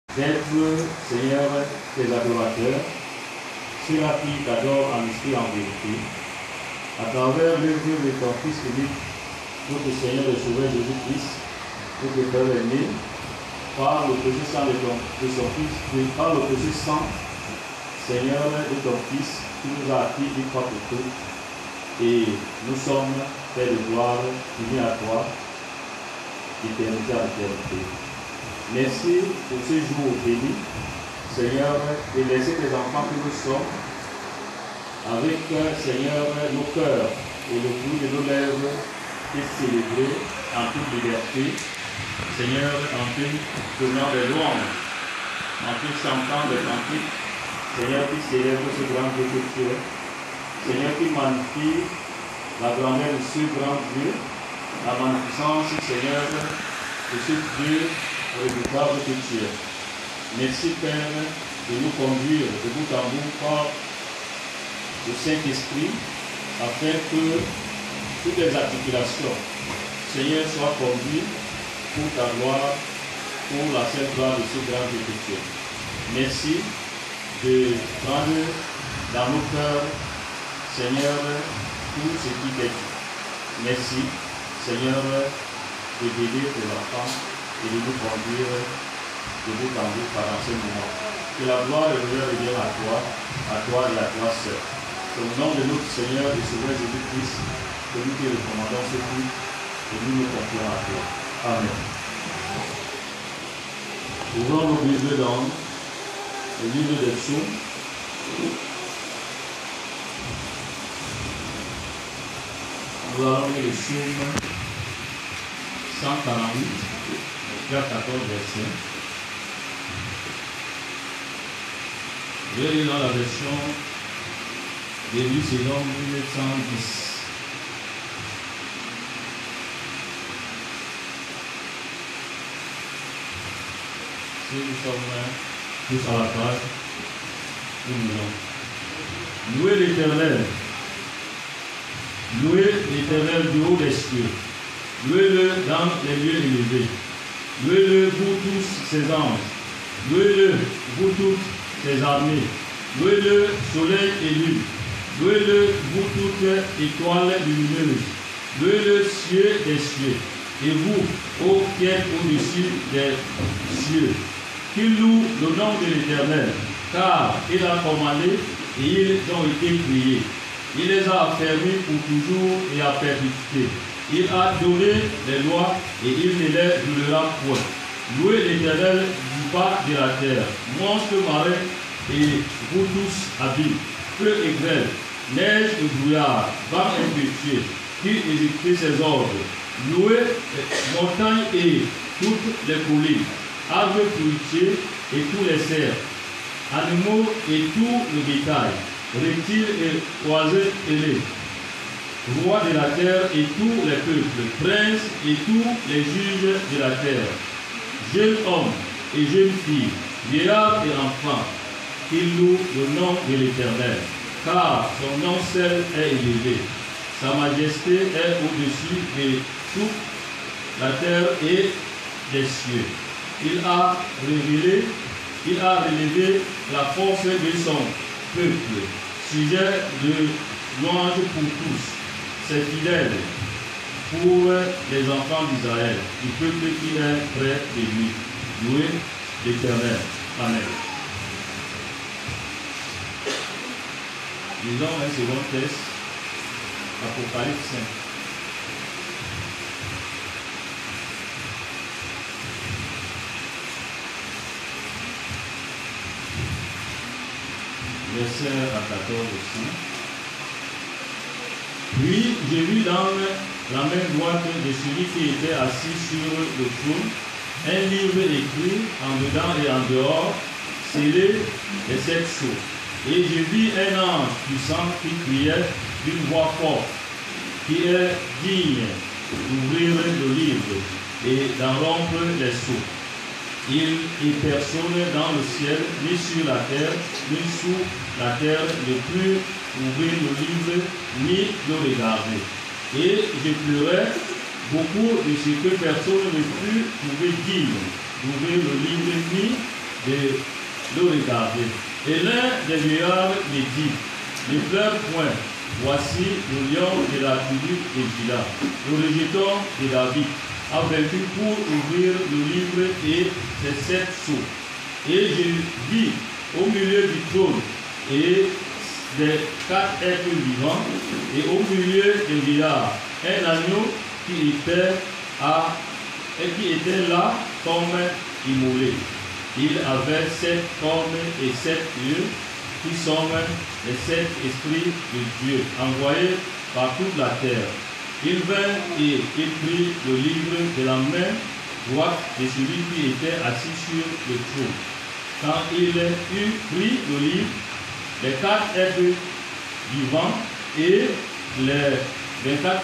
d'être, Seigneur, tes adorateurs, ceux-là qui t'adorent en esprit et en vérité, à travers l'œuvre de ton Fils unique, notre Seigneur et Sauveur Jésus-Christ, notre Père aimé, par le précieux sang de son Fils, par le précieux sang, Seigneur, de ton Fils, qui nous a acquis une fois pour toutes, et nous sommes faits de gloire, unis à toi, d'éternité à éternité. Merci pour ce jour béni, Seigneur, et laissez tes enfants que nous sommes, avec, Seigneur, nos cœurs et le bruit de nos lèvres, et célébrer en toute liberté, Seigneur, en tout donnant des louanges, en tout chantant des cantiques, Seigneur, qui célèbre ce grand Dieu que tu es, Seigneur, qui magnifie la grandeur de ce grand Dieu, la magnificence, Seigneur, de ce Dieu redoutable que tu es. Merci, Père, de nous conduire de bout en bout par le Saint-Esprit, afin que toutes les articulations, Seigneur, soient conduites pour ta gloire, pour la seule gloire de ce grand Dieu que tu es. Merci de prendre dans nos cœurs, Seigneur, tout ce qui t'est dit. Merci, Seigneur, de bénir tes enfants et de nous conduire de bout en bout pendant ce moment. Que la gloire et l'honneur reviennent à toi et à toi seul. C'est au nom de notre Seigneur et Sauveur Jésus-Christ que nous te recommandons ce culte et nous nous confions à toi. Amen. Ouvrons nos Bibles dans le livre des Psaumes. Nous allons lire le Psaume 148, verset 14 versets. Je vais lire dans la version début saison 1910. Si nous sommes tous à la page, nous lisons. Louez l'Éternel. Louez l'Éternel du haut des cieux. Louez-le dans les lieux élevés. Louez-le, vous tous ses anges. Louez-le, vous toutes ses armées. Louez-le, soleil et lune. Louez-le, vous toutes étoiles lumineuses. Louez-le, cieux des cieux. Et vous, ô qui êtes au-dessus des cieux, qu'il loue le nom de l'Éternel, car il a commandé et ils ont été priés. Il les a affermis pour toujours et à perpétuité. Il a donné les lois et il ne les violera point. Louez l'Éternel du bas de la terre, monstres marins et vous tous abîmes, feu et grêle, neige et brouillard, vent impétueux, qui exécute ses ordres. Louez les montagnes et toutes les collines, arbres fruitiers et tous les cerfs, animaux et tout le bétail, reptiles et oiseaux ailés, rois de la terre et tous les peuples, princes et tous les juges de la terre, jeunes hommes et jeunes filles, vieillards et enfants, qu'ils louent le nom de l'Éternel, car son nom seul est élevé. Sa majesté est au-dessus de toute la terre et des cieux. Il a relevé la force de son peuple, sujet de louange pour tous, ses fidèles, pour les enfants d'Israël, du peuple qui est près de lui. Louez l'Éternel. Amen. Lisons un second texte, Apocalypse 5. Verset à 14 aussi. Puis j'ai vu dans la main droite de celui qui était assis sur le trône un livre écrit en dedans et en dehors, scellé de 7 sceaux. Et j'ai vu un ange puissant qui criait d'une voix forte, qui est digne d'ouvrir le livre et d'en rompre les sceaux. Il et personne dans le ciel, ni sur la terre, ni sous la terre, ne put ouvrir le livre, ni le regarder. Et je pleurais beaucoup de ce que personne ne put trouver digne d'ouvrir le livre, ni de le regarder. Et l'un des vieillards me dit, ne pleure point, voici le lion de la tribu de Juda, le rejeton de David, a vaincu pour ouvrir le livre et ses 7 sceaux. Et je vis au milieu du trône et des 4 êtres vivants, et au milieu des vieillards, un agneau qui était là comme immolé. Il avait 7 cornes et 7 yeux, qui sont les 7 esprits de Dieu, envoyés par toute la terre. Il vint et il prit le livre de la main droite de celui qui était assis sur le trône. Quand il eut pris le livre, les 4 êtres vivants et les 24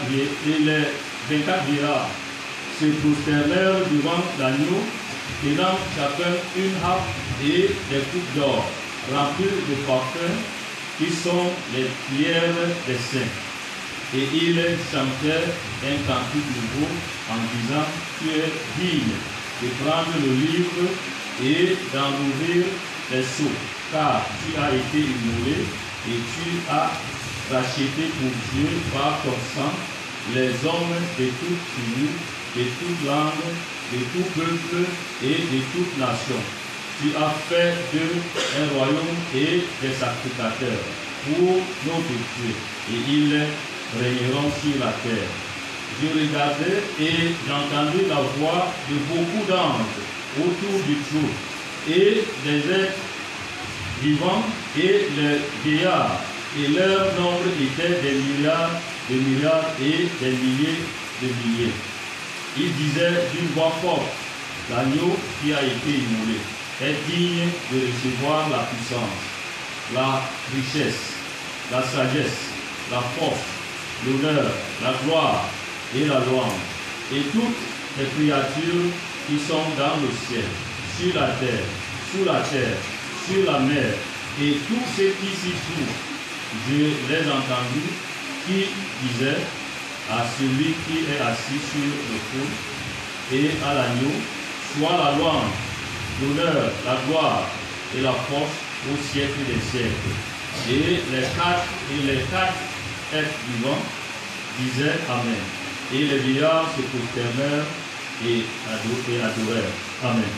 vieillards se prosternèrent devant l'agneau, tenant chacun une harpe et des coupes d'or remplies de parfums qui sont les pierres des saints. Et ils chantaient un cantique nouveau en disant, tu es digne de prendre le livre et d'en ouvrir les sceaux, car tu as été immolé et tu as racheté pour Dieu par ton sang les hommes de toute tribu, de toute langue, de tout peuple et de toute nation. Tu as fait d'eux un royaume et des sacrificateurs pour notre Dieu, et ils régneront sur la terre. Je regardais et j'entendis la voix de beaucoup d'anges autour du trône, et des êtres vivants et les vieillards, et leur nombre était des milliards et des milliers de milliers. Ils disaient d'une voix forte, l'agneau qui a été immolé est digne de recevoir la puissance, la richesse, la sagesse, la force, l'honneur, la gloire et la louange. Et toutes les créatures qui sont dans le ciel, sur la terre, sous la terre, sur la mer, et tous ceux qui s'y trouvent, je les entendis qui disaient à celui qui est assis sur le trône et à l'agneau, soit la louange, l'honneur, la gloire et la force au siècle des siècles. Et les quatre êtres vivants disaient Amen. Et les vieillards se prosternèrent et adorèrent. Amen.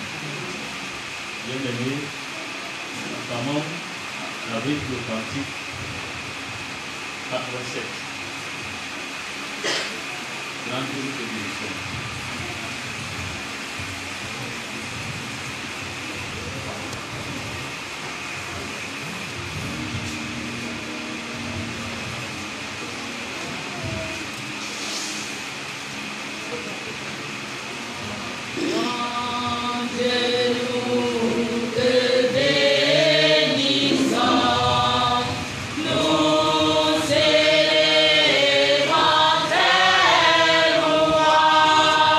Bien-aimés, notamment avec le cantique 87. Grande bénédiction. Nous célébrons tes rois.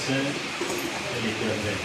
saint et l'éternel.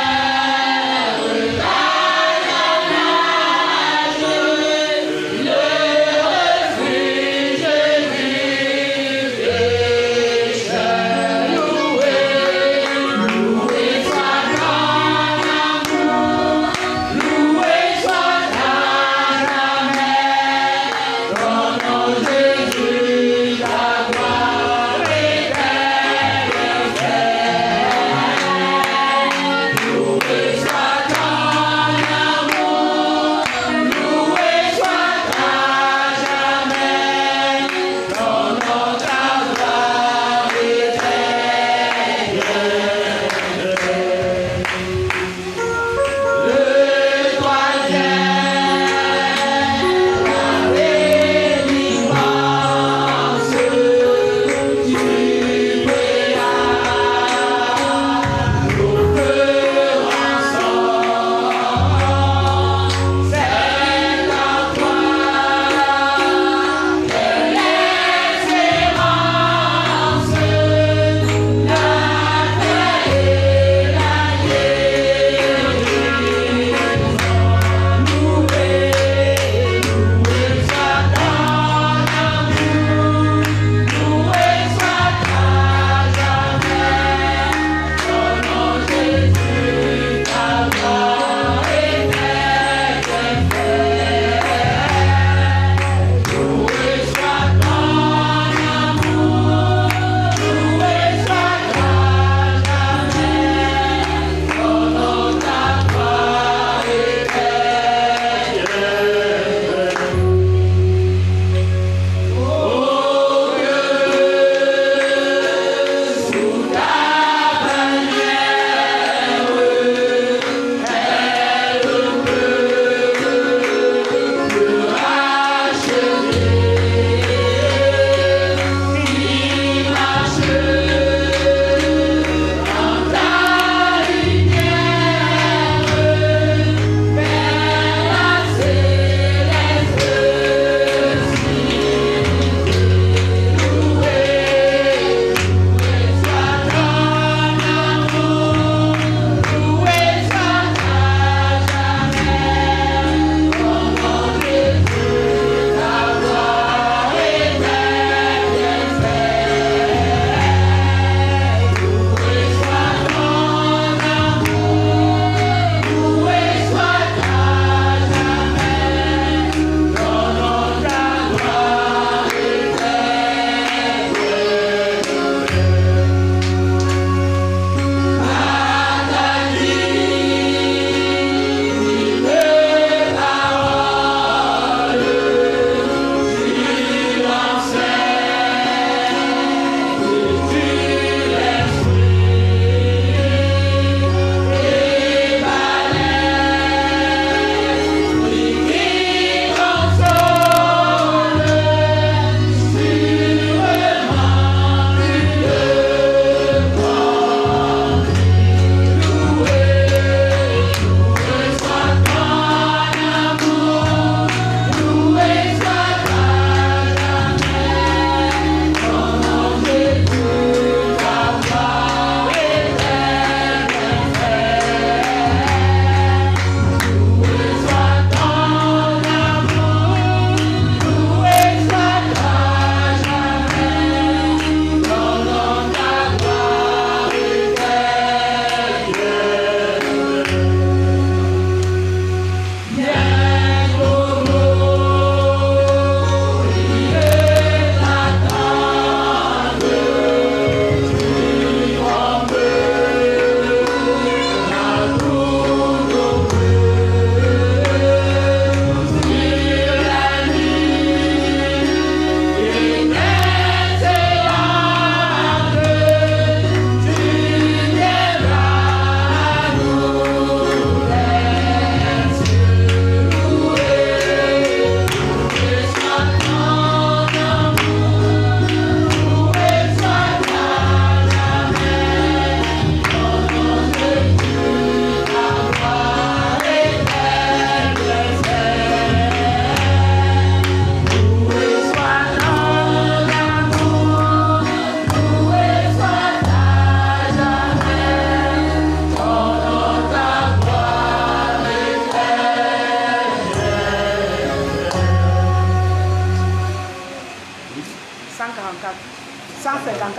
Le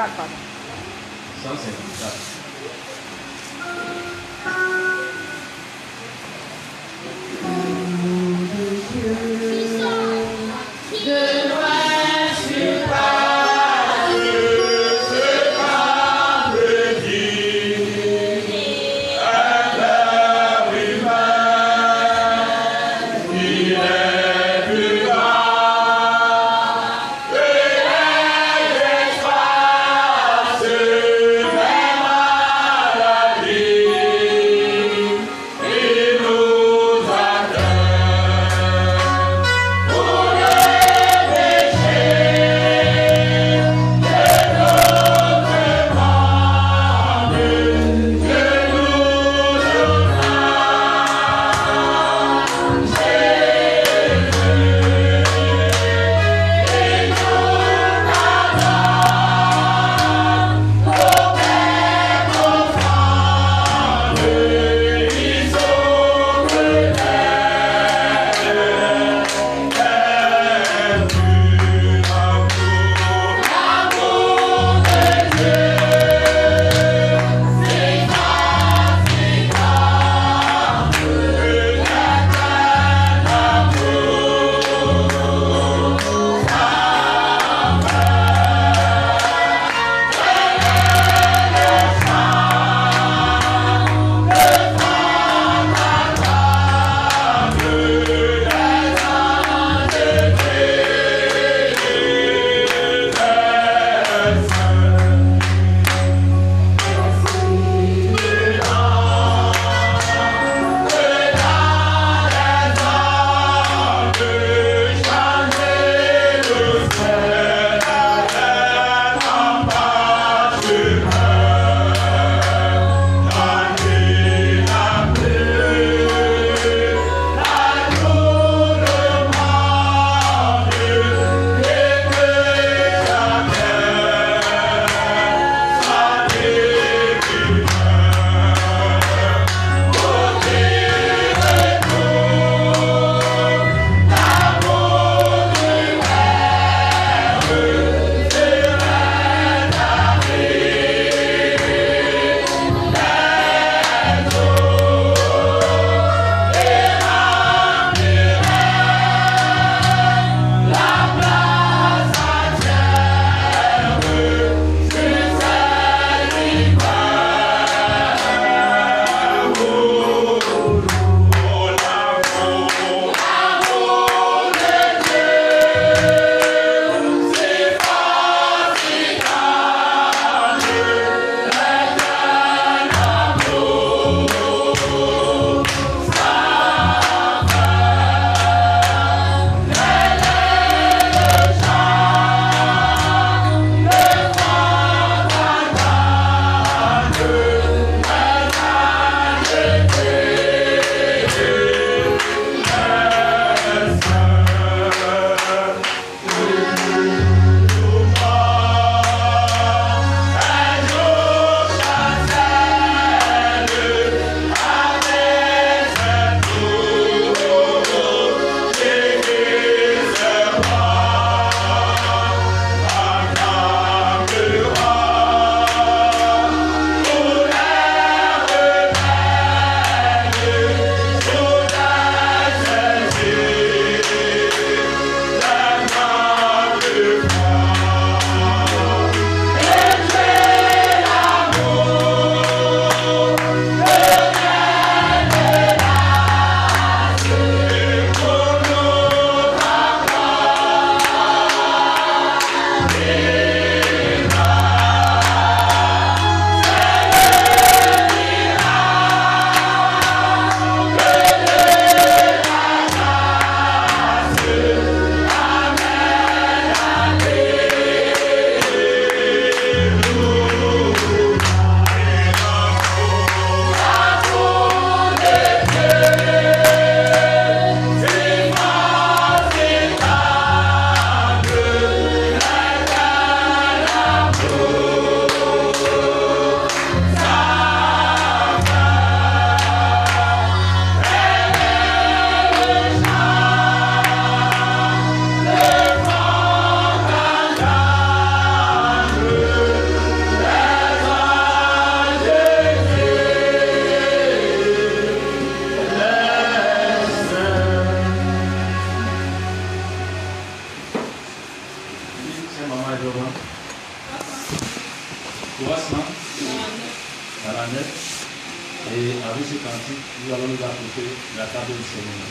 154, pardon. 154. Thank you. 349. Et avec ce cantique, nous allons nous approcher de la table du Seigneur.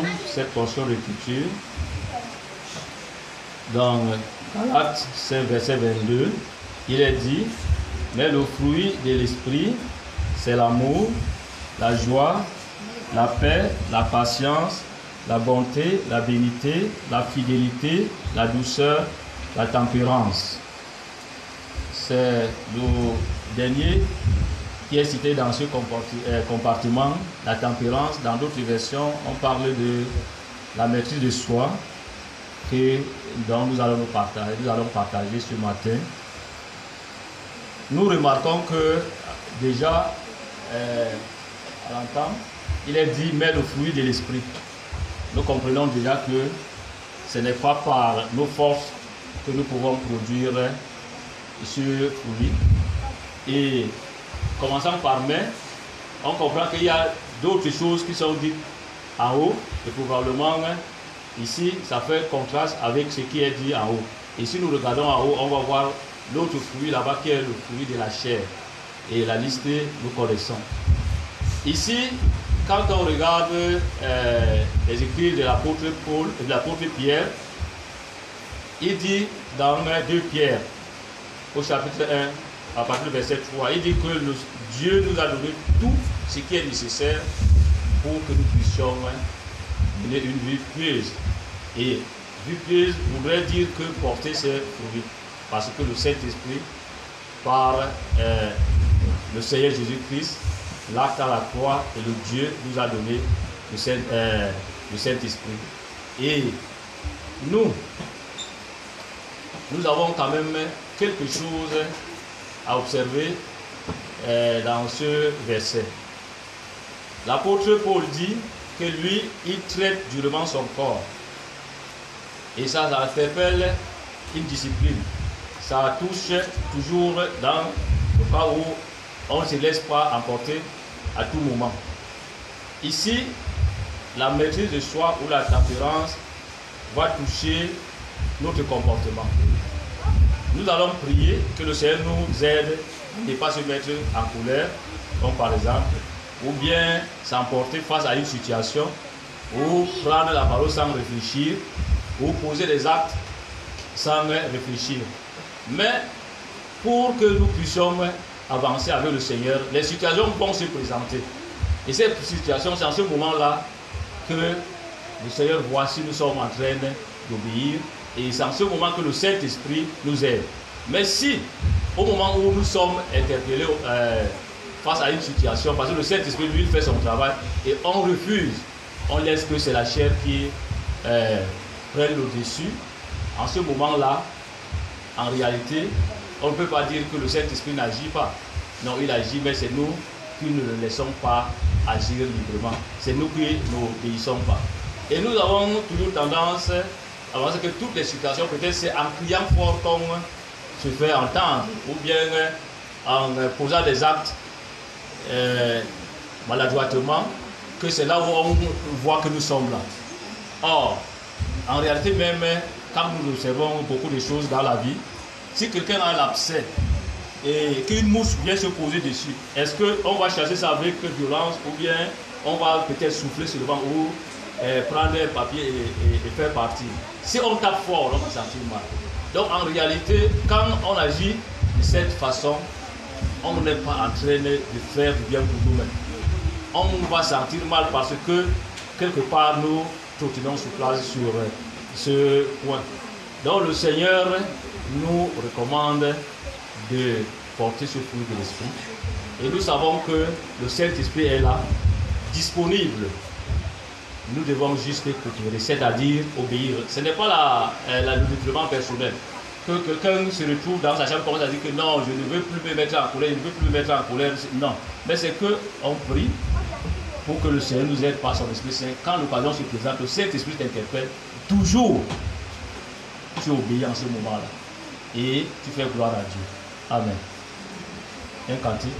cette portion d'écriture dans Galates 5, verset 22. Il est dit, mais le fruit de l'esprit, c'est l'amour, la joie, la paix, la patience, la bonté, la bénité, la fidélité, la douceur, la tempérance. C'est le dernier qui est cité dans ce compartiment, la tempérance. Dans d'autres versions, on parle de la maîtrise de soi dont nous allons partager ce matin. Nous remarquons que déjà, à l'entendre, il est dit, mais le fruit de l'esprit. Nous comprenons déjà que ce n'est pas par nos forces que nous pouvons produire ce fruit. Et commençant par mais, on comprend qu'il y a d'autres choses qui sont dites en haut, et probablement ici, ça fait contraste avec ce qui est dit en haut. Et si nous regardons en haut, on va voir l'autre fruit là-bas qui est le fruit de la chair. Et la liste, nous connaissons. Ici, quand on regarde les écrits de l'apôtre Paul et de l'apôtre Pierre, il dit dans 2 Pierre, au chapitre 1, à partir du verset 3, il dit que Dieu nous a donné tout ce qui est nécessaire pour que nous puissions mener une vie pieuse. Et vie pieuse voudrait dire que porter ses fruits. Parce que le Saint-Esprit, par le Seigneur Jésus-Christ, l'acte à la croix et le Dieu nous a donné le Saint-Esprit. Et nous avons quand même quelque chose à observer dans ce verset. L'apôtre Paul dit que lui, il traite durement son corps. Et ça interpelle une discipline. Ça touche toujours dans le cas où on ne se laisse pas emporter à tout moment. Ici, la maîtrise de soi ou la tempérance va toucher notre comportement. Nous allons prier que le Seigneur nous aide à ne pas se mettre en colère, comme par exemple, ou bien s'emporter face à une situation, ou prendre la parole sans réfléchir, ou poser des actes sans réfléchir. Mais pour que nous puissions avancer avec le Seigneur, les situations vont se présenter. Et ces situations, c'est en ce moment-là que le Seigneur voit si nous sommes en train d'obéir. Et c'est en ce moment que le Saint-Esprit nous aide. Mais si, au moment où nous sommes interpellés face à une situation, parce que le Saint-Esprit, lui, fait son travail, et on refuse, on laisse que c'est la chair qui prenne le dessus, en ce moment-là, en réalité, on ne peut pas dire que le Saint-Esprit n'agit pas. Non, il agit, mais c'est nous qui ne le laissons pas agir librement. C'est nous qui n'obéissons pas. Et nous avons toujours tendance à penser que toutes les situations, peut-être c'est en criant fort qu'on se fait entendre, ou bien en posant des actes maladroitement, que c'est là où on voit que nous sommes là. Or, en réalité même, quand nous observons beaucoup de choses dans la vie, si quelqu'un a l'abcès et qu'une mouche vient se poser dessus, est-ce qu'on va chasser ça avec violence ou bien on va peut-être souffler sur le vent ou prendre un papier et faire partir? Si on tape fort, on va sentir mal. Donc en réalité, quand on agit de cette façon, on n'est pas en train de faire du bien pour nous-mêmes. On va sentir mal parce que quelque part nous trottinons sur place sur ce point. Donc le Seigneur nous recommande de porter ce fruit de l'esprit. Et nous savons que le Saint-Esprit est là, disponible. Nous devons juste écouter, c'est-à-dire obéir. Ce n'est pas le développement personnel. Que quelqu'un se retrouve dans sa chambre, commence à dire que non, je ne veux plus me mettre en colère, je ne veux plus me mettre en colère. Non. Mais c'est qu'on prie pour que le Seigneur nous aide par son Esprit Saint. Quand l'occasion se présente, le Saint-Esprit t'interpelle. Toujours, tu obéis en ce moment-là. Et tu fais gloire à Dieu. Amen. Un cantique.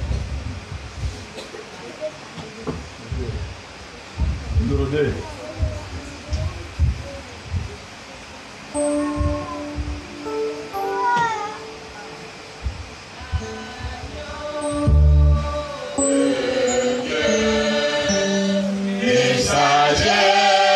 Numéro 2. Sagesse.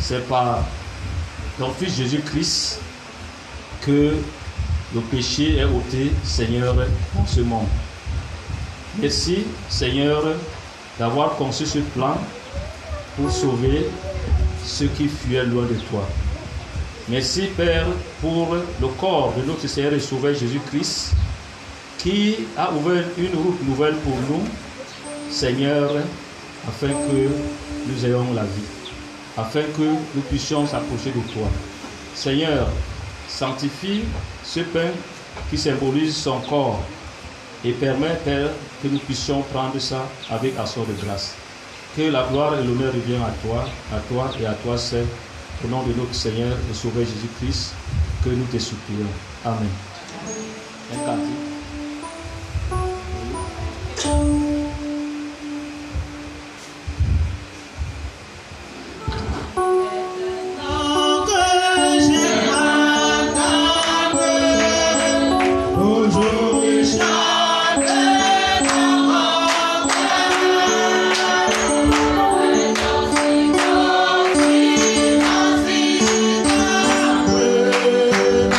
c'est par ton Fils Jésus-Christ que le péché est ôté, Seigneur, dans ce monde. Merci, Seigneur, d'avoir conçu ce plan pour sauver ceux qui fuyaient loin de toi. Merci, Père, pour le corps de notre Seigneur et Sauveur Jésus-Christ qui a ouvert une route nouvelle pour nous, Seigneur, afin que nous ayons la vie, afin que nous puissions s'approcher de toi. Seigneur, sanctifie ce pain qui symbolise son corps et permet, Père, que nous puissions prendre ça avec action de grâce. Que la gloire et l'honneur reviennent à toi et à toi seul, au nom de notre Seigneur et Sauveur Jésus-Christ, que nous te supplions. Amen. Un cantique.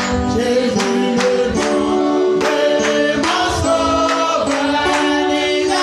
Jésus le bon,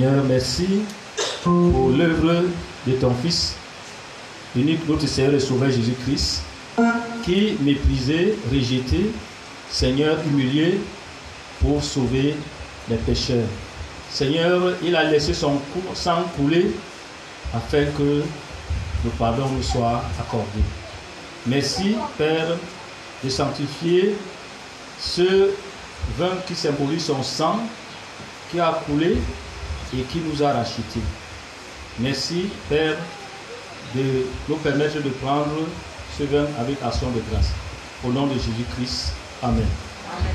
Seigneur, merci pour l'œuvre de ton Fils, unique notre Seigneur et Sauveur Jésus-Christ, qui méprisé, rejeté, Seigneur humilié pour sauver les pécheurs. Seigneur, il a laissé son sang couler afin que le pardon nous soit accordé. Merci, Père, de sanctifier ce vin qui symbolise son sang, qui a coulé et qui nous a rachetés. Merci, Père, de nous permettre de prendre ce vin avec action de grâce. Au nom de Jésus-Christ. Amen. Amen.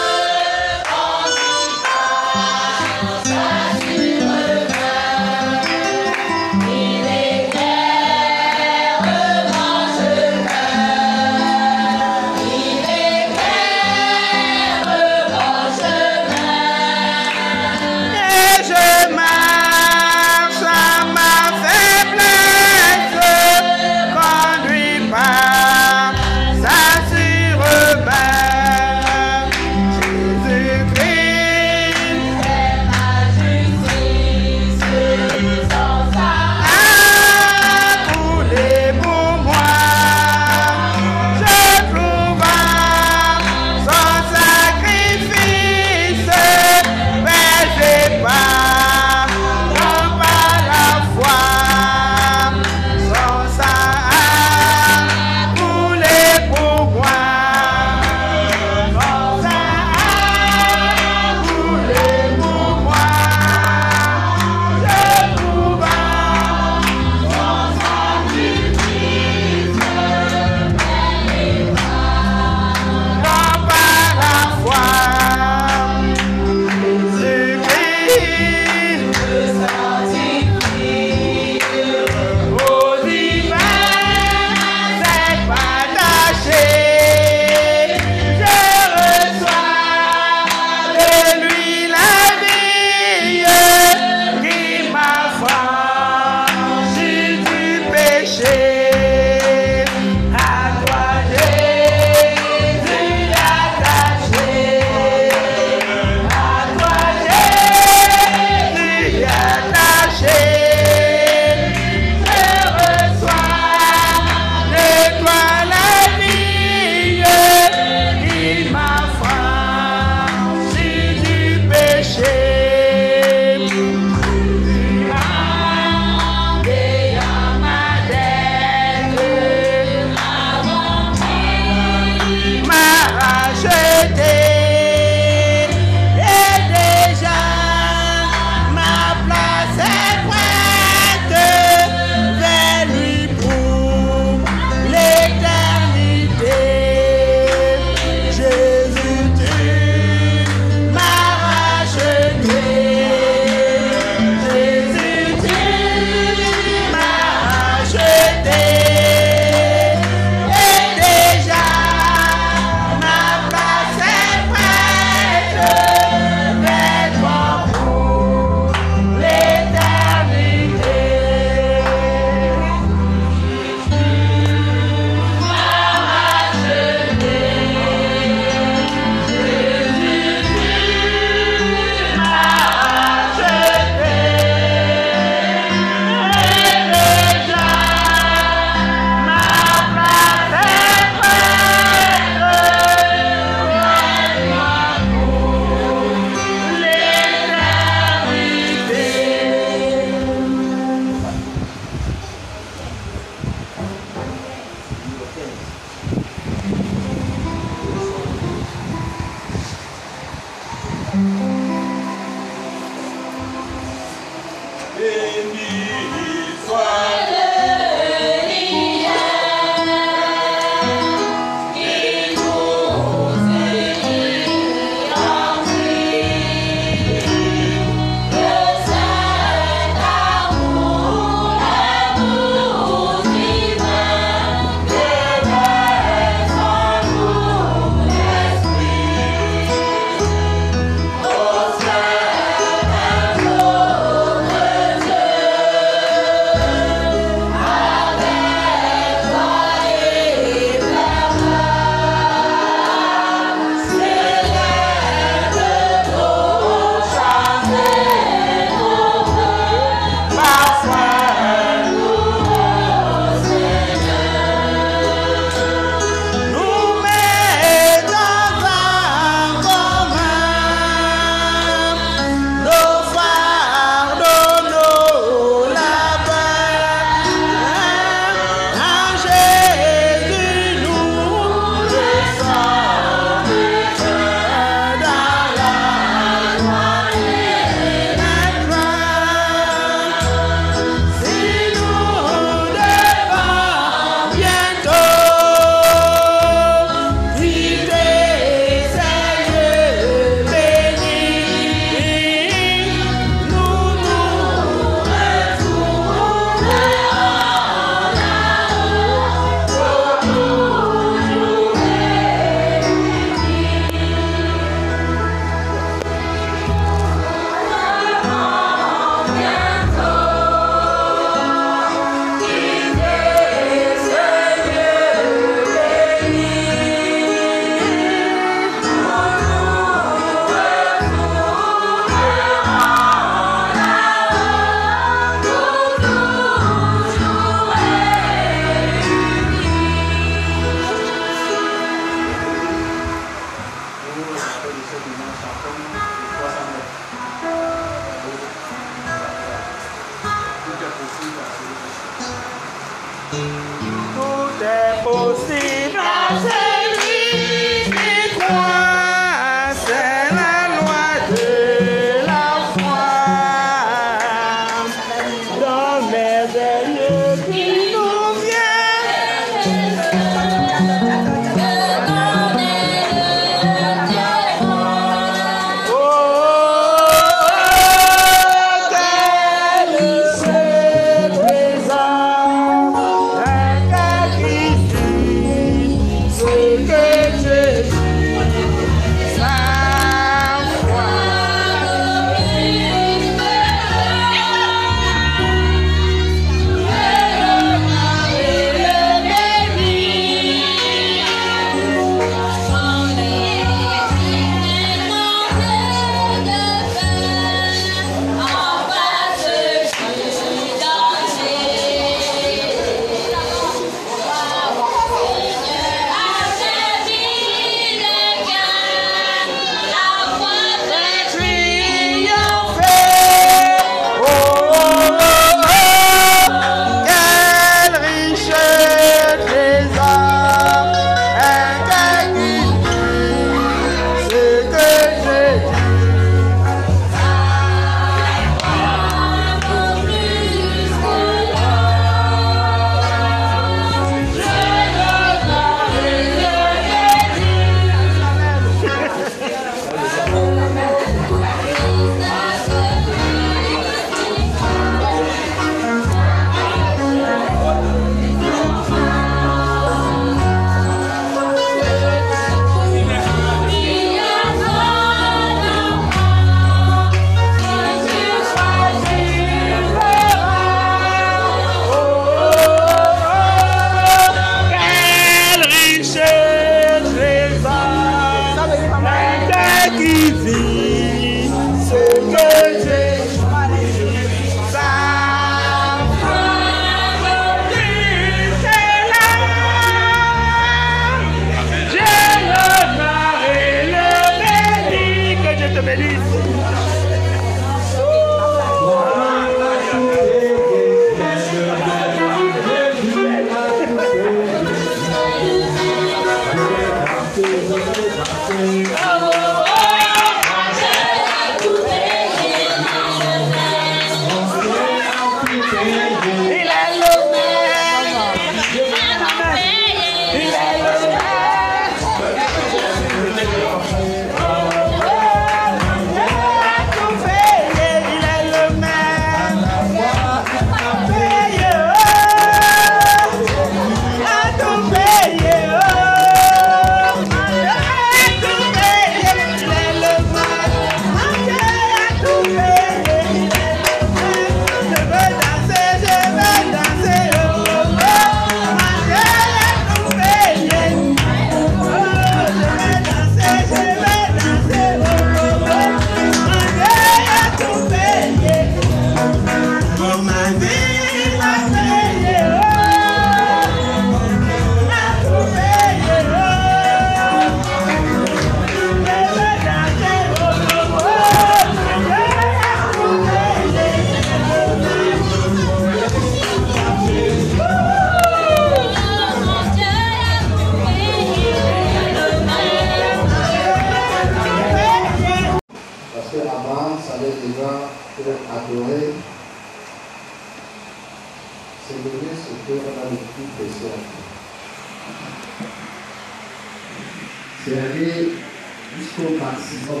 C'est aller jusqu'au maximum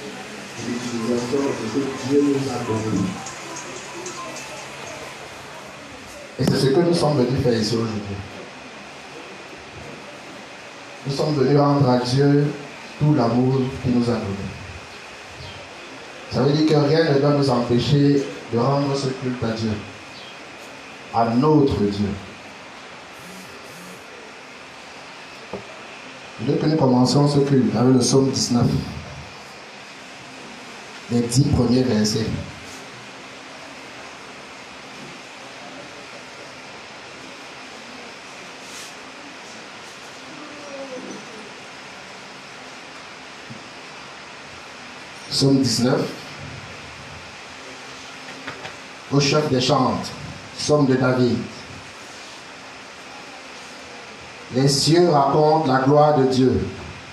de l'utilisation de ce que Dieu nous a donné. Et c'est ce que nous sommes venus faire ici aujourd'hui. Nous sommes venus rendre à Dieu tout l'amour qu'il nous a donné. Ça veut dire que rien ne doit nous empêcher de rendre ce culte à Dieu, à notre Dieu. Dès que nous commençons ce culte avec le psaume 19, les 10 premiers versets. Psaume 19, au chef des chantres, psaume de David. Les cieux racontent la gloire de Dieu.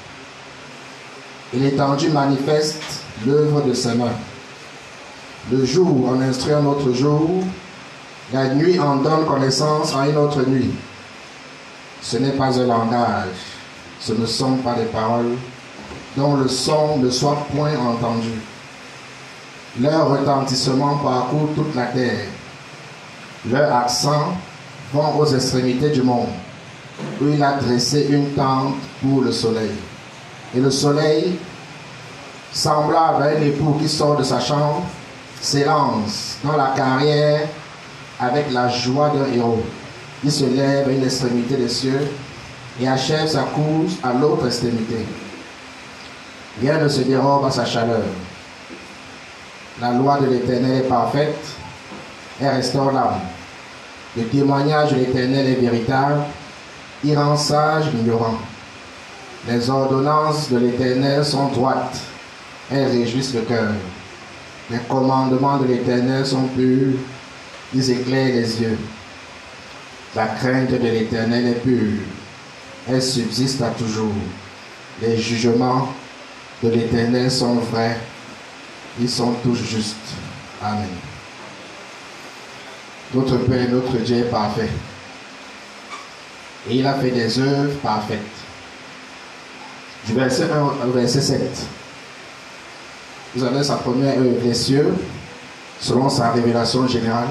Et l'étendue manifeste l'œuvre de ses mains. Le jour en instruit un autre jour, la nuit en donne connaissance à une autre nuit. Ce n'est pas un langage, ce ne sont pas des paroles dont le son ne soit point entendu. Leur retentissement parcourt toute la terre. Leur accent vont aux extrémités du monde, où il a dressé une tente pour le soleil. Et le soleil, semblable à un époux qui sort de sa chambre, s'élance dans la carrière avec la joie d'un héros. Il se lève à une extrémité des cieux et achève sa course à l'autre extrémité. Rien ne se dérobe à sa chaleur. La loi de l'Éternel est parfaite, elle restaure l'âme. Le témoignage de l'Éternel est véritable, il rend sage l'ignorant. Les ordonnances de l'Éternel sont droites, elles réjouissent le cœur. Les commandements de l'Éternel sont purs, ils éclairent les yeux. La crainte de l'Éternel est pure, elle subsiste à toujours. Les jugements de l'Éternel sont vrais, ils sont tous justes. Amen. Notre Père, notre Dieu est parfait. Et il a fait des œuvres parfaites. Du verset 1 au verset 7. Vous avez sa première œuvre, les cieux, selon sa révélation générale.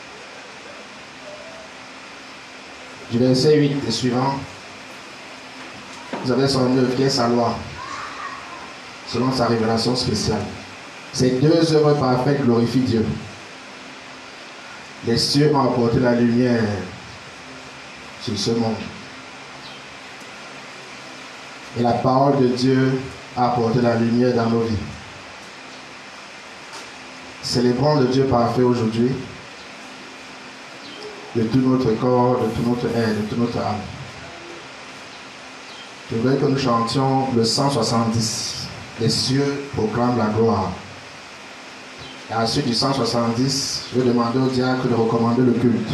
Du verset 8 et suivant, vous avez son œuvre qui est sa loi, selon sa révélation spéciale. Ces deux œuvres parfaites glorifient Dieu. Les cieux ont apporté la lumière sur ce monde. Et la parole de Dieu a apporté la lumière dans nos vies. Célébrons le Dieu parfait aujourd'hui, de tout notre corps, de tout notre être, de toute notre âme. Je voudrais que nous chantions le 170. Les cieux proclament la gloire. Et à la suite du 170, je vais demander au diacre de recommander le culte.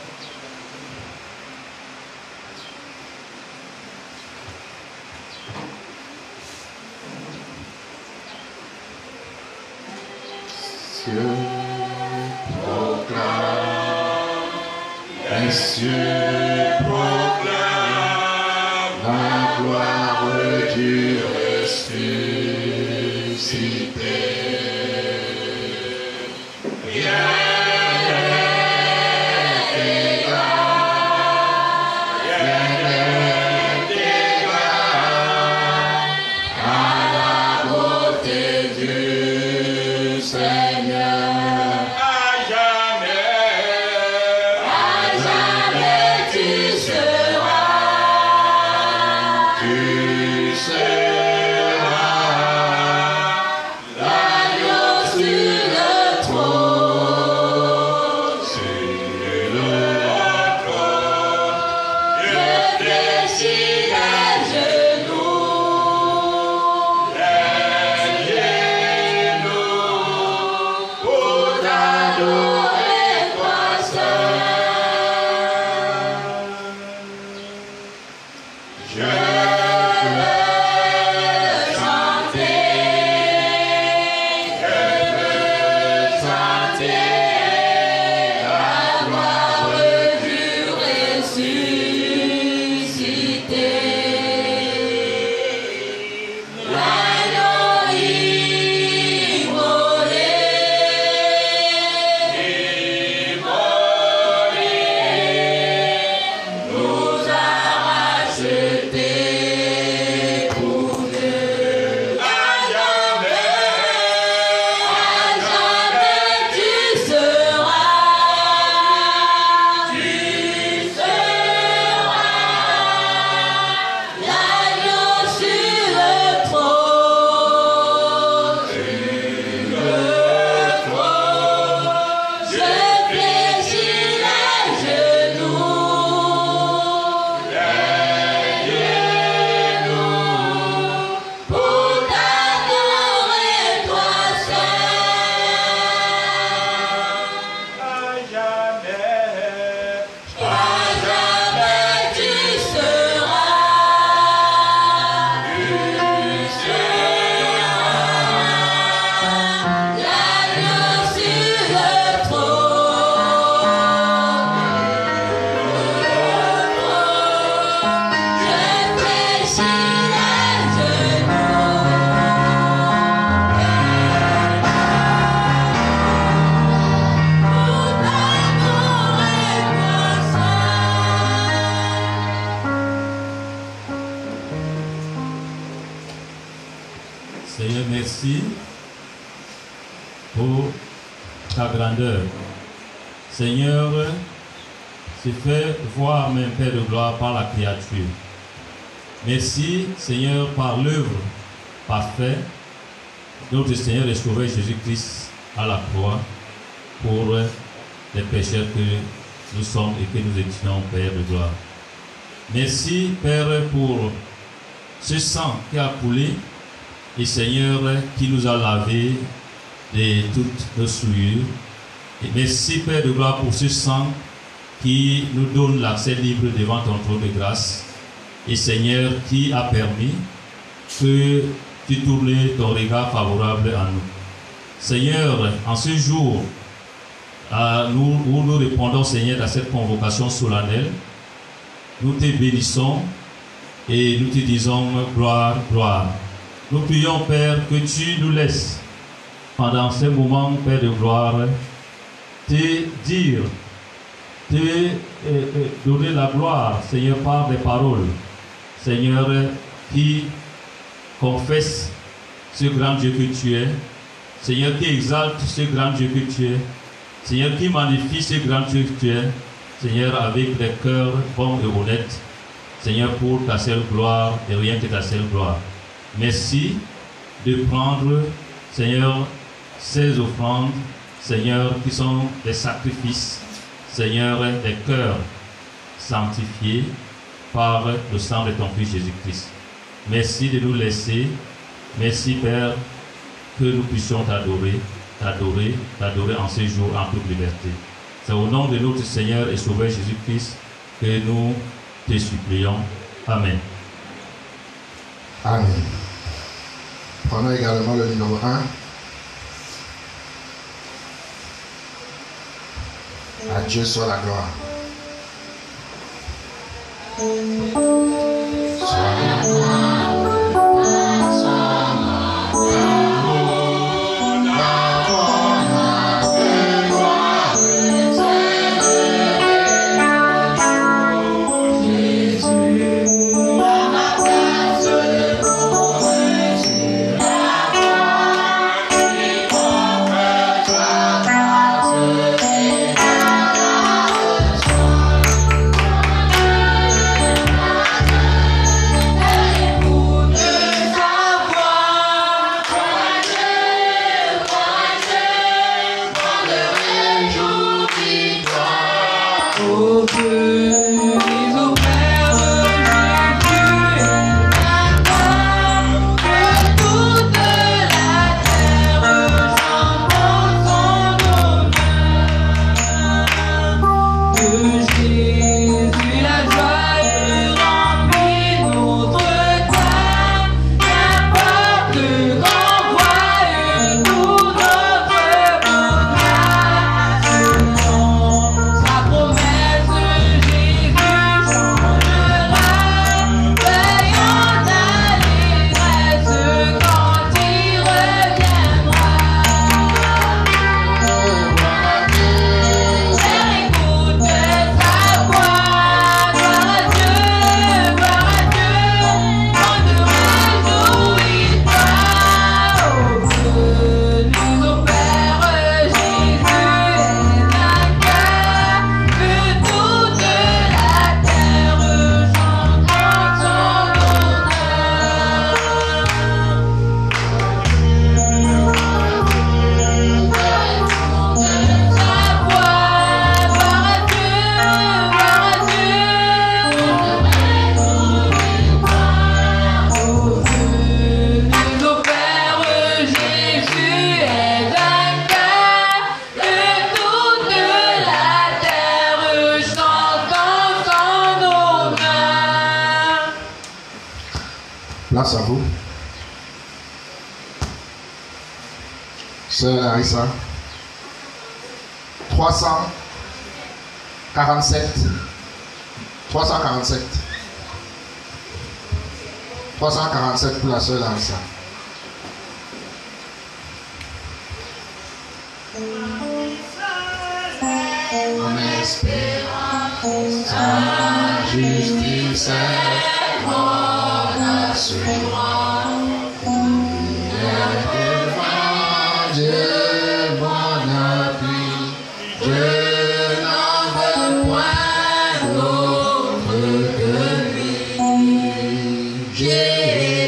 Cieux proclament, les cieux proclament la gloire du ressuscité. Je Seigneur, merci pour ta grandeur. Seigneur, c'est fait voir même Père de gloire par la créature. Merci, Seigneur, par l'œuvre parfaite de notre Seigneur et Sauveur Jésus-Christ à la croix pour les pécheurs que nous sommes et que nous étions, Père de gloire. Merci, Père, pour ce sang qui a coulé et Seigneur qui nous a lavé de toutes nos souillures. Et merci, Père de gloire, pour ce sang qui nous donne l'accès libre devant ton trône de grâce. Et Seigneur, qui a permis que tu tournes ton regard favorable à nous. Seigneur, en ce jour, nous répondons, Seigneur, à cette convocation solennelle. Nous te bénissons et nous te disons gloire, gloire. Nous prions, Père, que tu nous laisses, pendant ces moments, Père de gloire, te dire, te donner la gloire, Seigneur, par des paroles, Seigneur, qui confesse ce grand Dieu que tu es, Seigneur, qui exalte ce grand Dieu que tu es, Seigneur, qui magnifie ce grand Dieu que tu es, Seigneur, avec des cœurs bons et honnêtes, Seigneur, pour ta seule gloire et rien que ta seule gloire. Merci de prendre, Seigneur, ces offrandes, Seigneur, qui sont des sacrifices, Seigneur, des cœurs sanctifiés par le sang de ton Fils Jésus-Christ. Merci de nous laisser. Merci, Père, que nous puissions t'adorer, t'adorer, t'adorer en ce jour en toute liberté. C'est au nom de notre Seigneur et Sauveur Jésus-Christ que nous te supplions. Amen. Amen. Prenons également le numéro 1. À Dieu soit la gloire. Soit la gloire. Place à vous. Sœur Larissa. 347. 347. 347 pour la sœur Larissa. En espérant sa justice est mon assurance.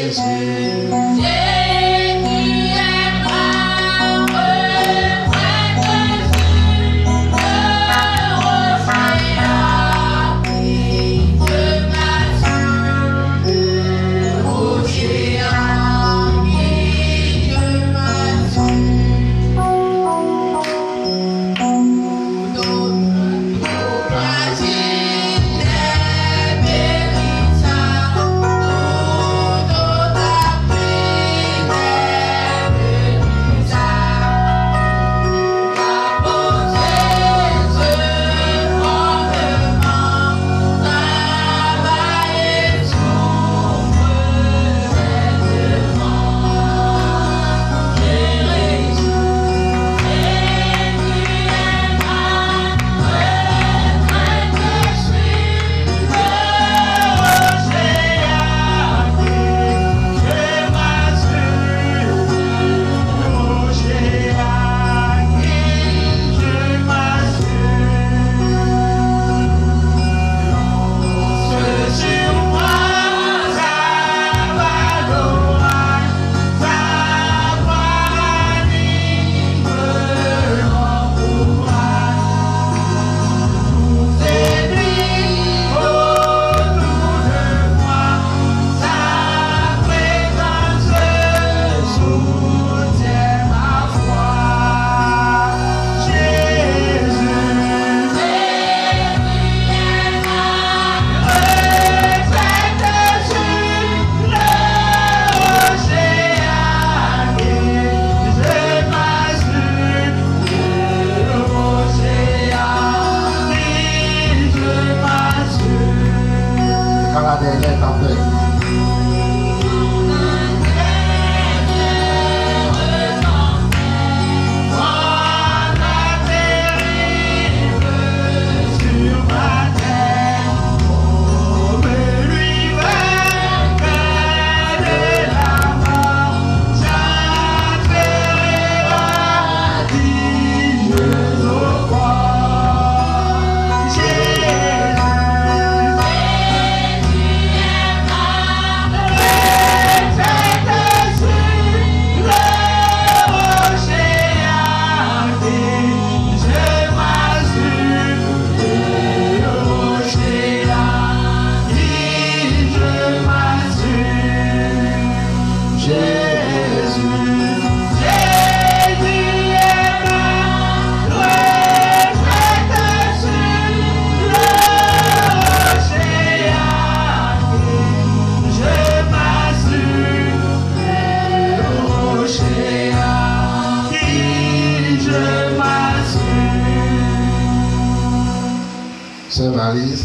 Sœur Marlise.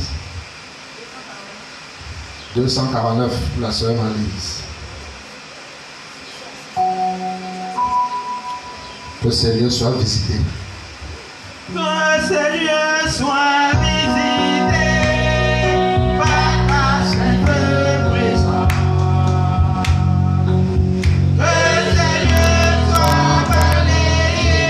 249 pour la sœur Marlise. Que le Seigneur soit visité. Que le Seigneur soit visité par ta sainte présence. Que le Seigneur soit balayé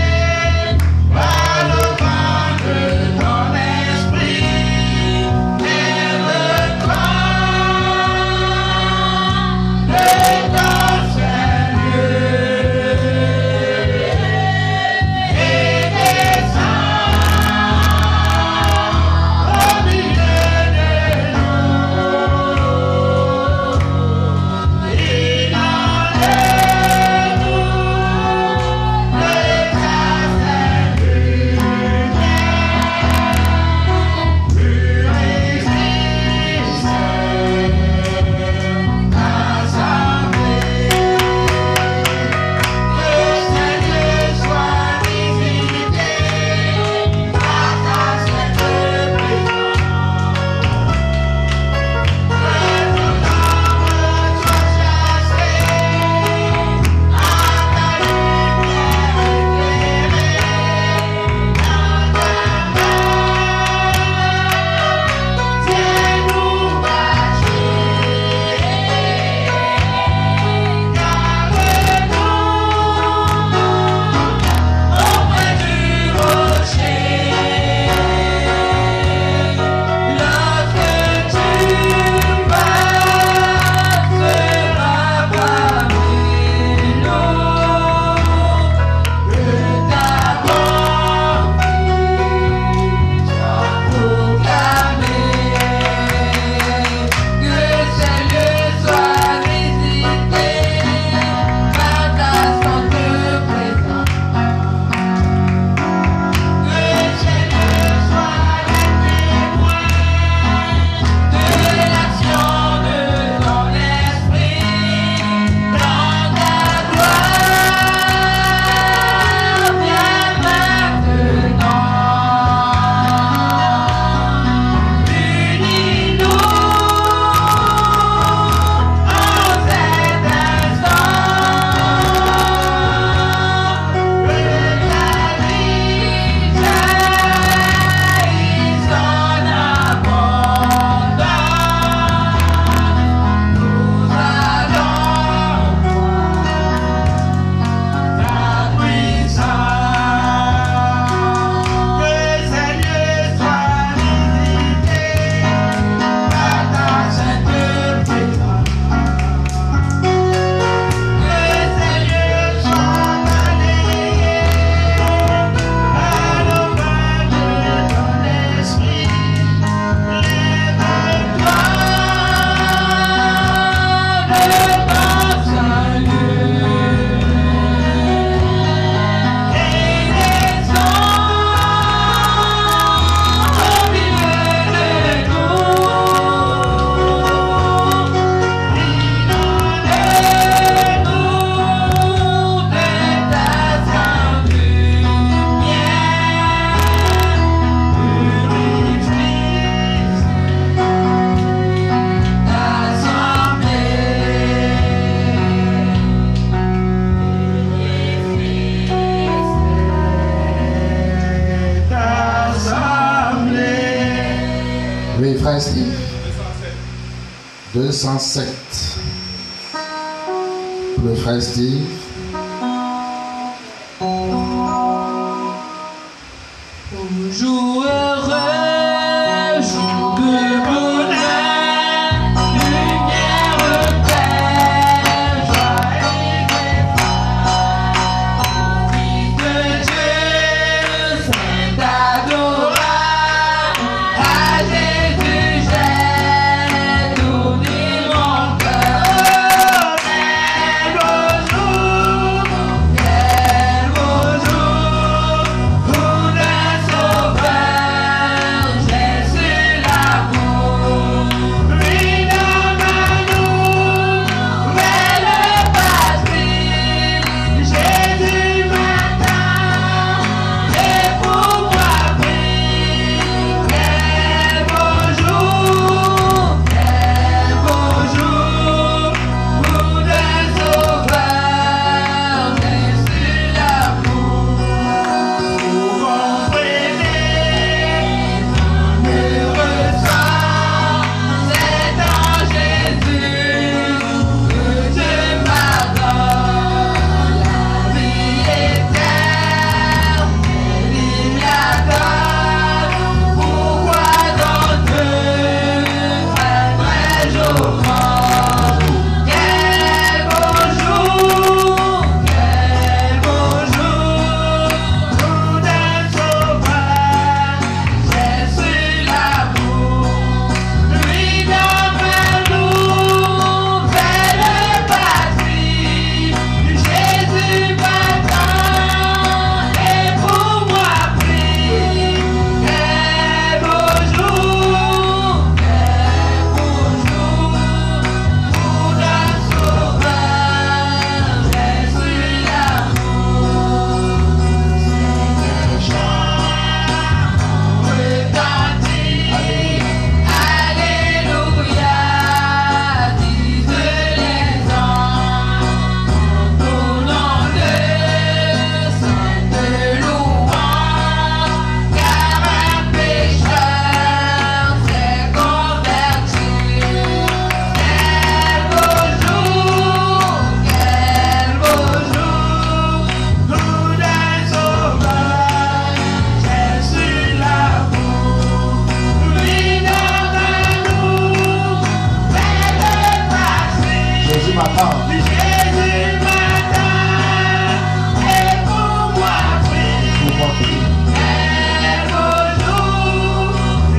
par le vent de ton esprit. Lève-toi de ton Seigneur. Et descends. frère Steve. 207. Pour le frère Steve. Jour heureux, jour de bonheur, lumière Père, joie et Fils de Dieu, Saint adorable, à Jésus j'ai donné mon cœur. Quel beau jour, pour le Sauveur, j'ai su l'amour. Lui donne à nous, belle patrie. Jésus m'attend et pour moi prie. Quel beau jour pour le Sauveur, j'ai su l'amour. Vous comprenez, me ressent, c'est en Jésus que Dieu m'adore. La vie éternelle, il m'y adore. Pourquoi donc craindrais-je au monde? Quel beau jour pour le Sauveur, j'ai su l'amour. Lui donne à nous, belle patrie. Jésus m'attend et pour moi prie. Quel beau jour pour le Sauveur, j'ai su l'amour. Ces chants retentissent, Alléluia, disent les anges, au nom de sainte louange, car un pécheur s'est converti. Quel beau jour pour le Sauveur, j'ai su l'amour. Lui donne à nous, belle patrie. Jésus m'attend. Jésus m'attend et pour moi prie. Pour moi prie. Quel beau jour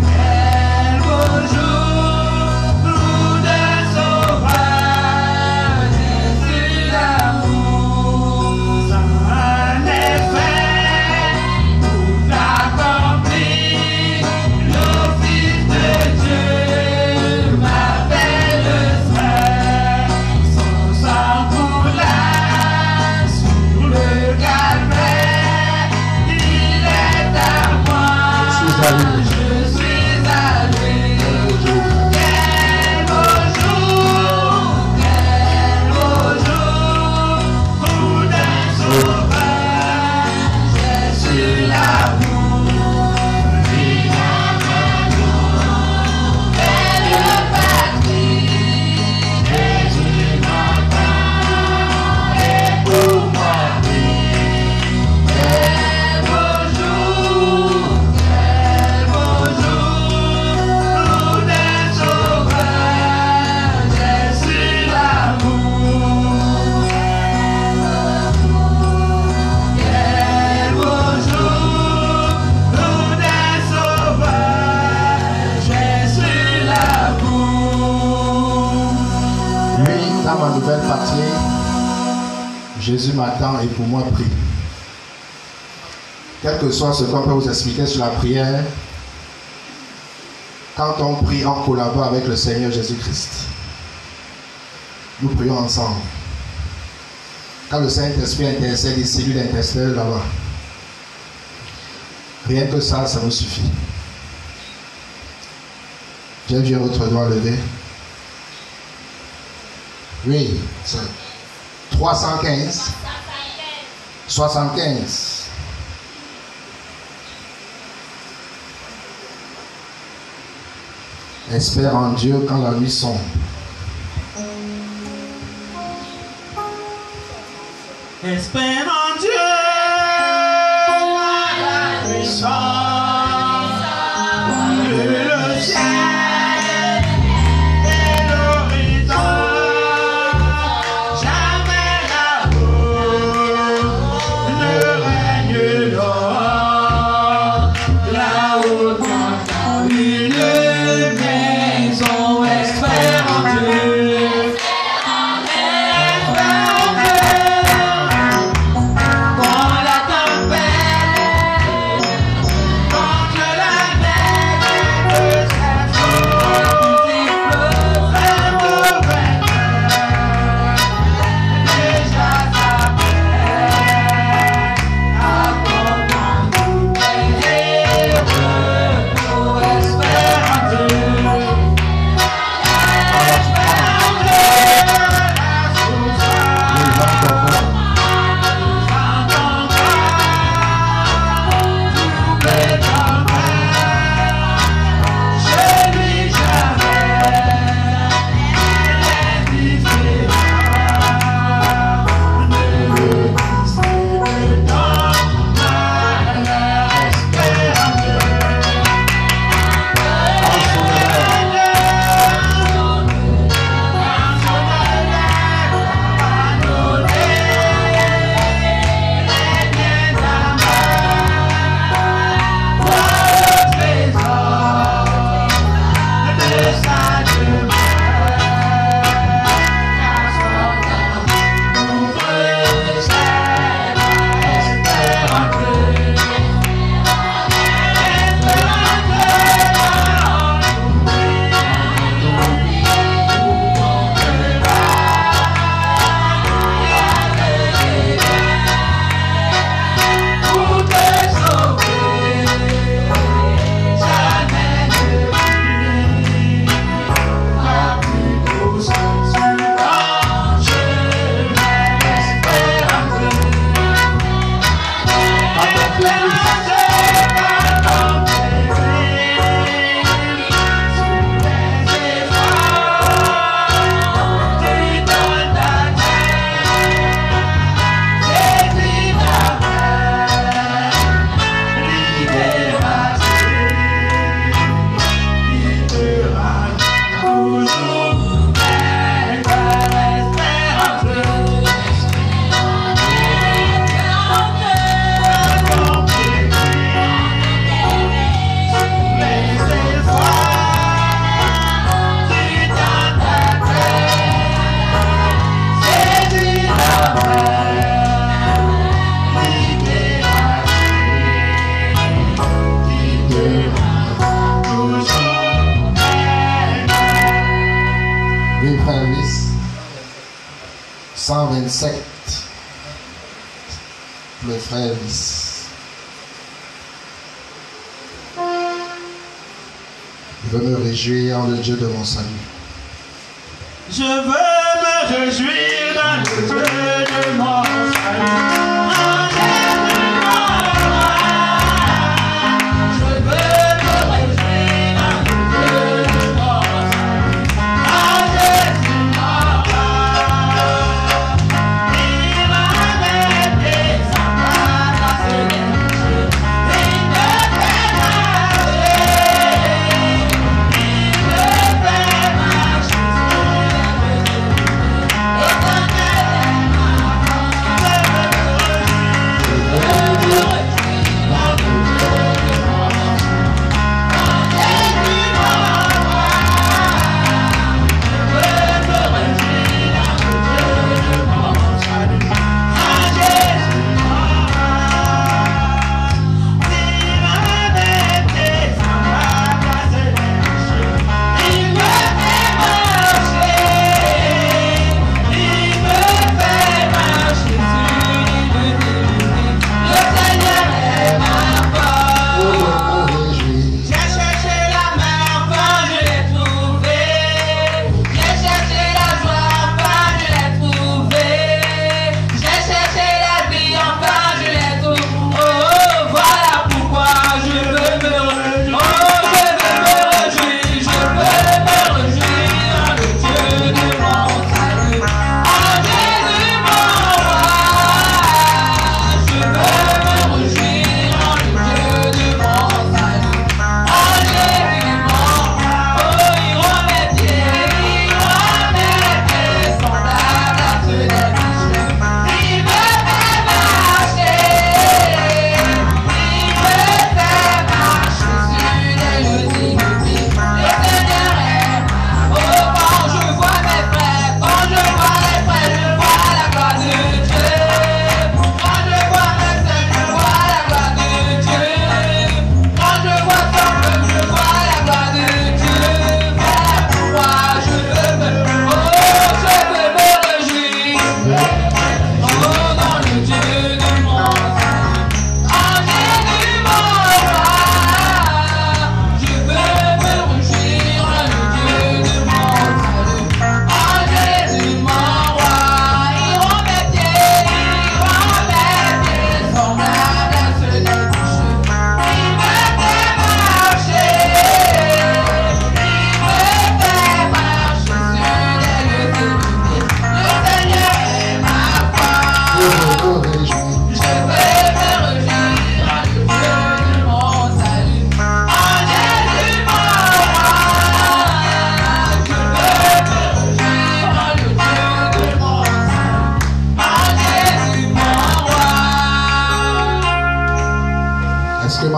pour le Sauveur, j'ai su l'amour. En effet, tout accompli, l'office de Dieu m'appelle frère. Son sang coula sur le calvaire, il est à moi, Je suis à lui. je suis à lui. Quel beau jour Pour le Sauveur, j'ai su l'amour. Lui donne à nous, belle patrie. Jésus m'attend et pour moi prie. Quel beau jour pour le Sauveur, j'ai su l'amour. Quel beau jour pour le Sauveur, j'ai su l'amour. Lui, dans ma nouvelle patrie, Jésus m'attend et pour moi prie. Quel que soit ce qu'on peut vous expliquer sur la prière, quand on prie, on collabore avec le Seigneur Jésus-Christ. Nous prions ensemble. Quand le Saint-Esprit intercède, il séduit l'intercesseur là-bas. Rien que ça, ça nous suffit. J'ai vu votre doigt levé. Oui, c'est 315. 75. Espère en Dieu quand la nuit sombre. Espère en Dieu quand la nuit sombre. Le ciel et l'horizon, jamais là-haut ne règne l'or. Là-haut dans une maison, espère en Dieu. Oui, frère Lys. 127. Le frère Lys. Je veux me réjouir dans le Dieu de mon salut. Je veux me réjouir dans le Dieu de mon salut. Yeah.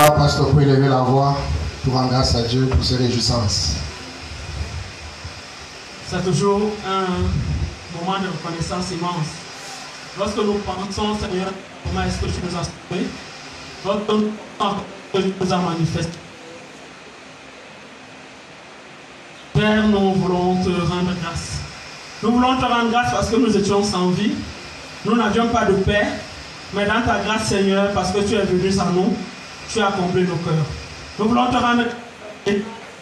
soir, pasteur, pour élever la voix, pour rendre grâce à Dieu pour ses réjouissances. C'est toujours un moment de reconnaissance immense. Lorsque nous pensons, Seigneur, comment est-ce que tu nous as sauvés, lorsque tu nous as manifesté. Père, nous voulons te rendre grâce. Nous voulons te rendre grâce parce que nous étions sans vie. Nous n'avions pas de paix. Mais dans ta grâce, Seigneur, parce que tu es venu sans nous, tu as comblé nos cœurs. Nous voulons te rendre grâce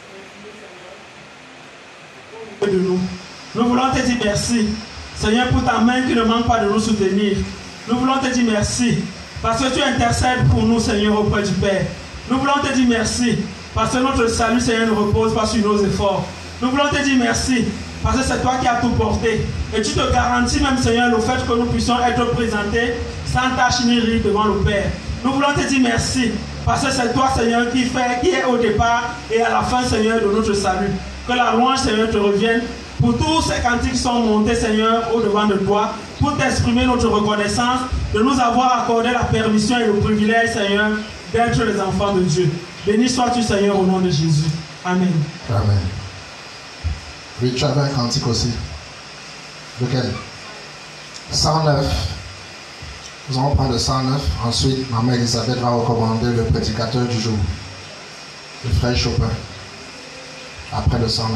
de nous. Nous voulons te dire merci, Seigneur, pour ta main qui ne manque pas de nous soutenir. Nous voulons te dire merci parce que tu intercèdes pour nous, Seigneur, auprès du Père. Nous voulons te dire merci parce que notre salut, Seigneur, ne repose pas sur nos efforts. Nous voulons te dire merci parce que c'est toi qui as tout porté. Et tu te garantis même, Seigneur, le fait que nous puissions être présentés sans tâche ni rire devant le Père. Nous voulons te dire merci parce que c'est toi, Seigneur, qui est au départ et à la fin, Seigneur, de notre salut. Que la louange, Seigneur, te revienne pour tous ces cantiques qui sont montés, Seigneur, au-devant de toi, pour t'exprimer notre reconnaissance de nous avoir accordé la permission et le privilège, Seigneur, d'être les enfants de Dieu. Béni sois-tu, Seigneur, au nom de Jésus. Amen. Amen. Oui, tu avais un cantique aussi. Lequel? 109. Nous allons prendre le 109. Ensuite, Maman Elisabeth va recommander le prédicateur du jour, le frère Chopin. Après le 109.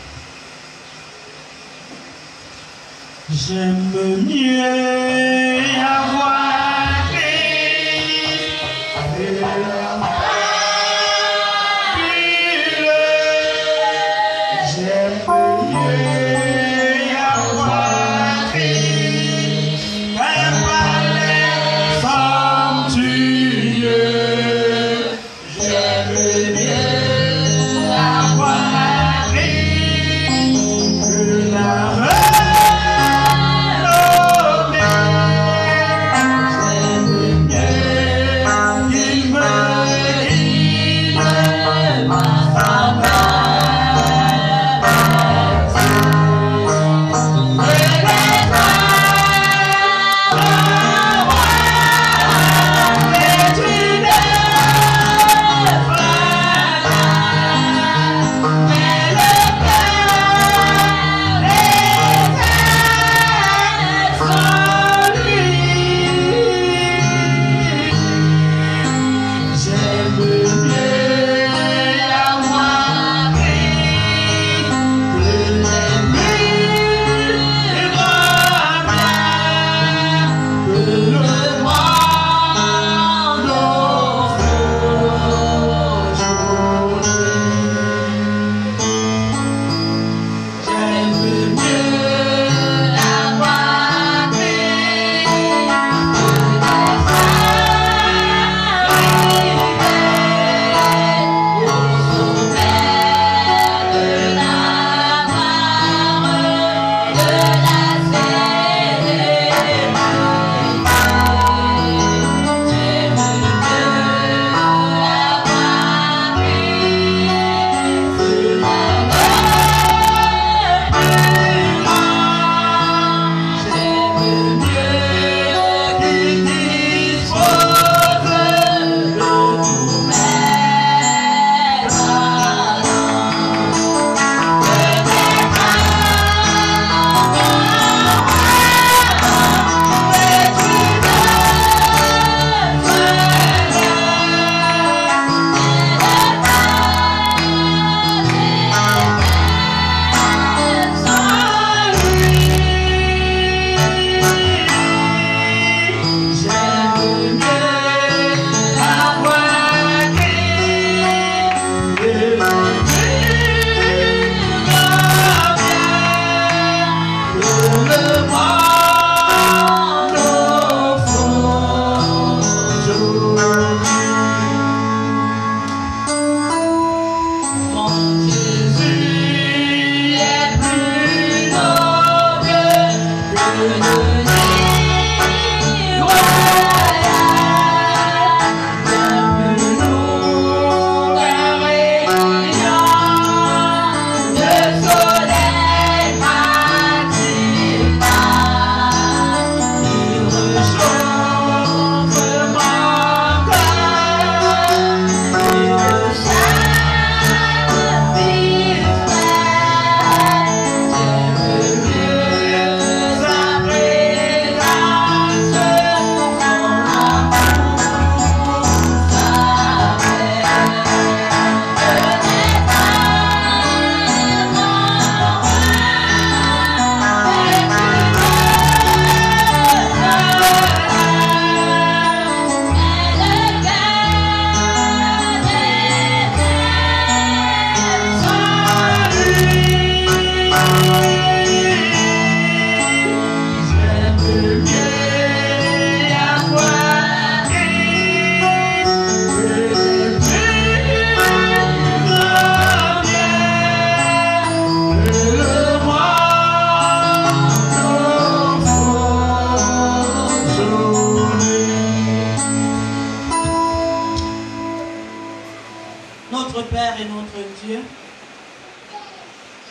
J'aime mieux avoir Christ j'aime mieux avoir Christ qu'un palais somptueux. J'aime mieux avoir Christ que la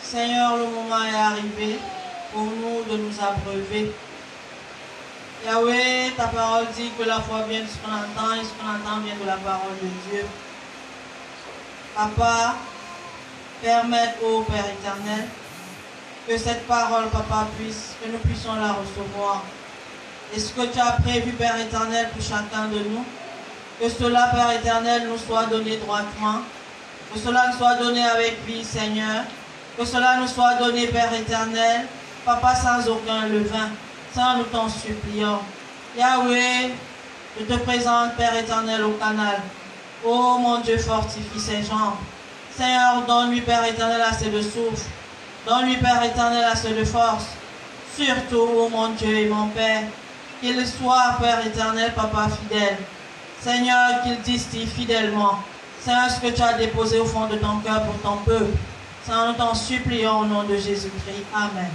Seigneur, le moment est arrivé pour nous de nous abreuver. Yahweh, ta parole dit que la foi vient de ce qu'on entend et ce qu'on entend vient de la parole de Dieu. Papa, permette au Père éternel que cette parole, Papa, que nous puissions la recevoir. Et ce que tu as prévu, Père éternel, pour chacun de nous, que cela, Père éternel, nous soit donné droitement, que cela nous soit donné avec vie, Seigneur, que cela nous soit donné, Père éternel, Papa, sans aucun levain, sans nous t'en suppliant. Yahweh, je te présente, Père éternel, au canal. Oh mon Dieu, fortifie ses jambes. Seigneur, donne-lui, Père éternel, assez de souffle. Donne-lui, Père éternel, assez de force. Surtout, oh mon Dieu et mon Père, qu'il soit, Père éternel, Papa fidèle. Seigneur, qu'il distille fidèlement. Seigneur, ce que tu as déposé au fond de ton cœur pour ton peuple. Seigneur, nous t'en supplions au nom de Jésus-Christ. Amen.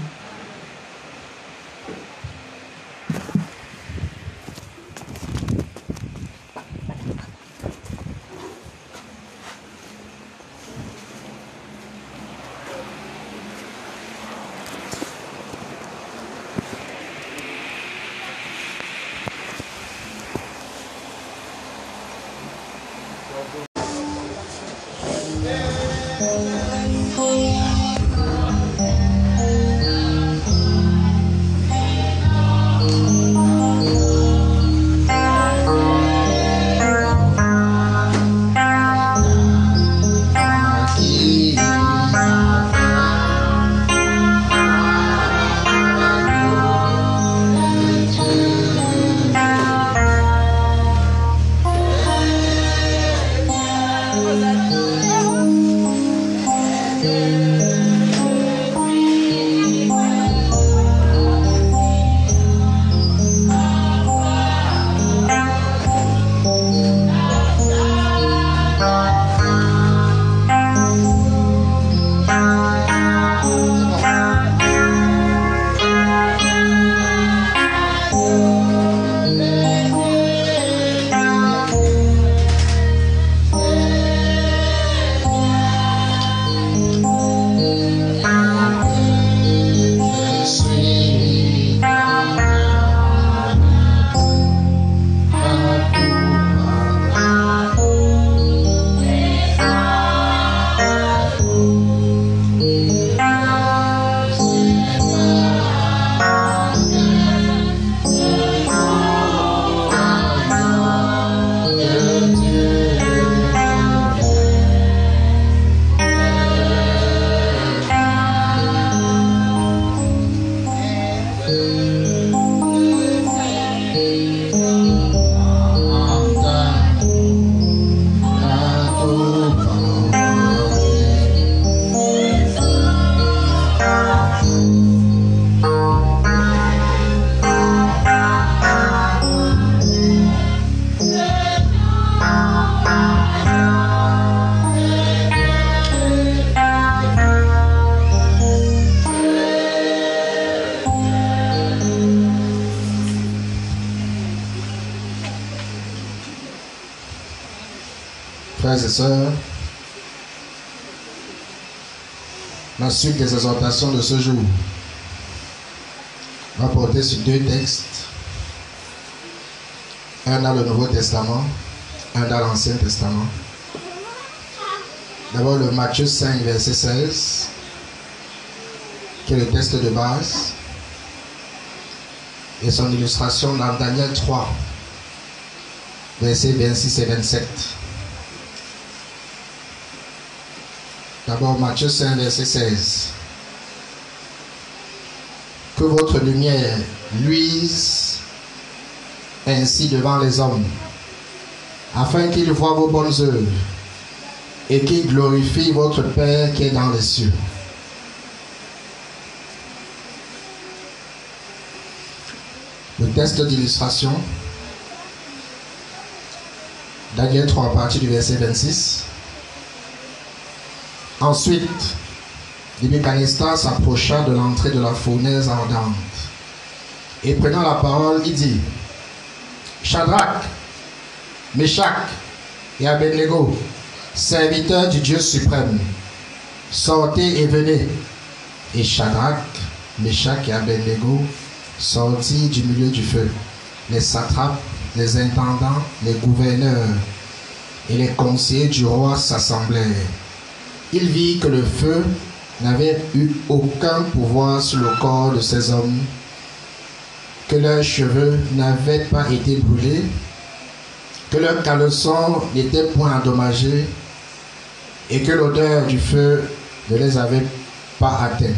Frères et sœurs, la suite des exhortations de ce jour va porter sur deux textes, un dans le Nouveau Testament, un dans l'Ancien Testament. D'abord le Matthieu 5, verset 16, qui est le texte de base, et son illustration dans Daniel 3, versets 26 et 27. D'abord Matthieu 5, verset 16. Que votre lumière luise ainsi devant les hommes, afin qu'ils voient vos bonnes œuvres et qu'ils glorifient votre Père qui est dans les cieux. Le texte d'illustration, Daniel 3, à partir du verset 26. Ensuite, Nebuchadnezzar s'approcha de l'entrée de la fournaise ardente et prenant la parole, il dit: Shadrach, Meshach et Abednego, serviteurs du Dieu suprême, sortez et venez. Et Shadrach, Meshach et Abednego sortirent du milieu du feu. Les satrapes, les intendants, les gouverneurs et les conseillers du roi s'assemblèrent. Ils virent que le feu n'avait eu aucun pouvoir sur le corps de ces hommes, que leurs cheveux n'avaient pas été brûlés, que leurs caleçons n'étaient point endommagés et que l'odeur du feu ne les avait pas atteints.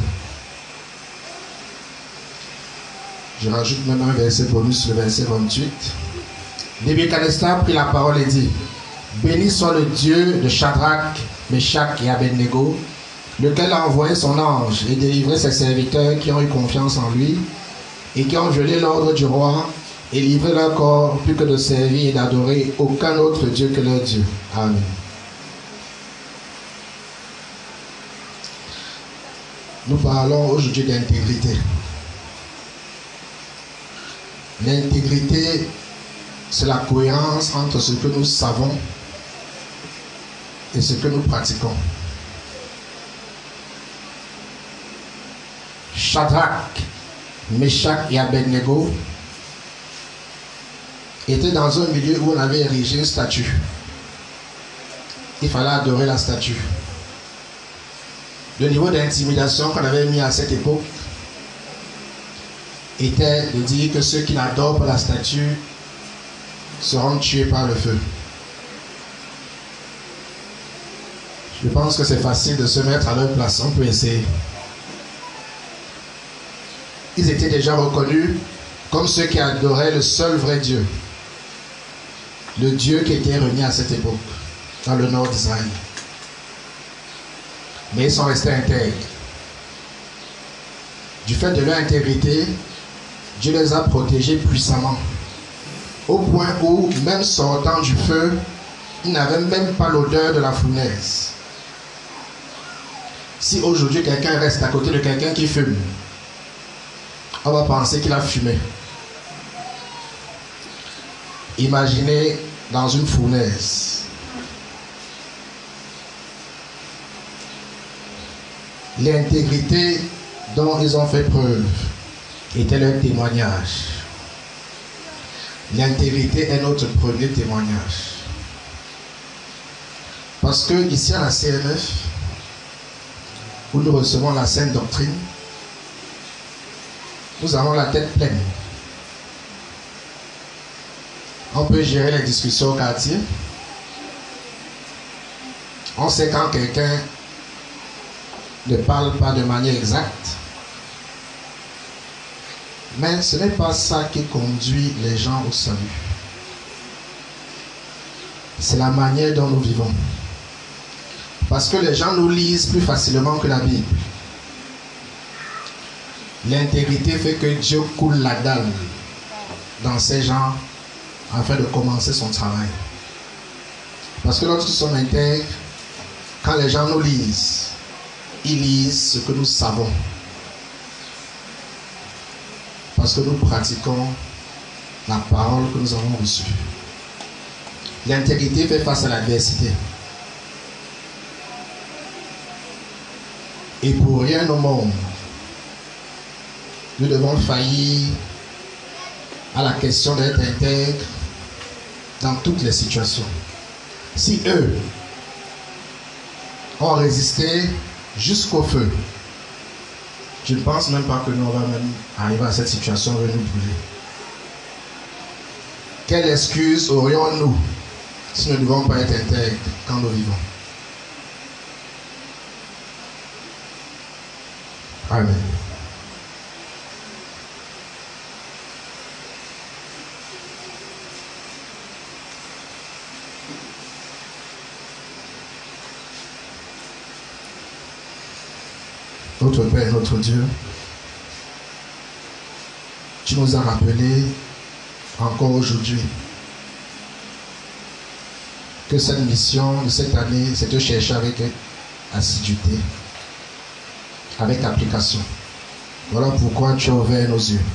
Je rajoute même un verset bonus, le verset 28. Nebuchadnezzar prit la parole et dit: Béni soit le Dieu de Shadrach, Meshach et Abednego, lequel a envoyé son ange et délivré ses serviteurs qui ont eu confiance en lui et qui ont violé l'ordre du roi et livré leur corps plus que de servir et d'adorer aucun autre Dieu que leur Dieu. Amen. Nous parlons aujourd'hui d'intégrité. L'intégrité, c'est la cohérence entre ce que nous savons et ce que nous pratiquons. Shadrach, Meshach et Abednego étaient dans un milieu où on avait érigé une statue. Il fallait adorer la statue. Le niveau d'intimidation qu'on avait mis à cette époque était de dire que ceux qui n'adorent pas la statue seront tués par le feu. Je pense que c'est facile de se mettre à leur place. On peut essayer. Ils étaient déjà reconnus comme ceux qui adoraient le seul vrai Dieu. Le Dieu qui était régné à cette époque, dans le nord d'Israël. Mais ils sont restés intègres. Du fait de leur intégrité, Dieu les a protégés puissamment. Au point où, même sortant du feu, ils n'avaient même pas l'odeur de la fournaise. Si aujourd'hui quelqu'un reste à côté de quelqu'un qui fume, on va penser qu'il a fumé. Imaginez dans une fournaise. L'intégrité dont ils ont fait preuve était leur témoignage. L'intégrité est notre premier témoignage. Parce que ici à la CNF, où nous recevons la sainte doctrine, nous avons la tête pleine. On peut gérer les discussions au quartier. On sait quand quelqu'un ne parle pas de manière exacte. Mais ce n'est pas ça qui conduit les gens au salut. C'est la manière dont nous vivons. Parce que les gens nous lisent plus facilement que la Bible. L'intégrité fait que Dieu coule la dalle dans ces gens afin de commencer son travail. Parce que lorsque nous sommes intègres, quand les gens nous lisent, ils lisent ce que nous savons. Parce que nous pratiquons la parole que nous avons reçue. L'intégrité fait face à l'adversité. Et pour rien au monde, nous devons faillir à la question d'être intègre dans toutes les situations. Si eux ont résisté jusqu'au feu, je ne pense même pas que nous allons même arriver à cette situation de nous brûler. Quelle excuse aurions-nous si nous ne devons pas être intègres quand nous vivons? Amen. Notre Père, notre Dieu, tu nous as rappelé encore aujourd'hui que cette mission de cette année, c'est de chercher avec assiduité, avec application. Voilà pourquoi tu as ouvert nos yeux.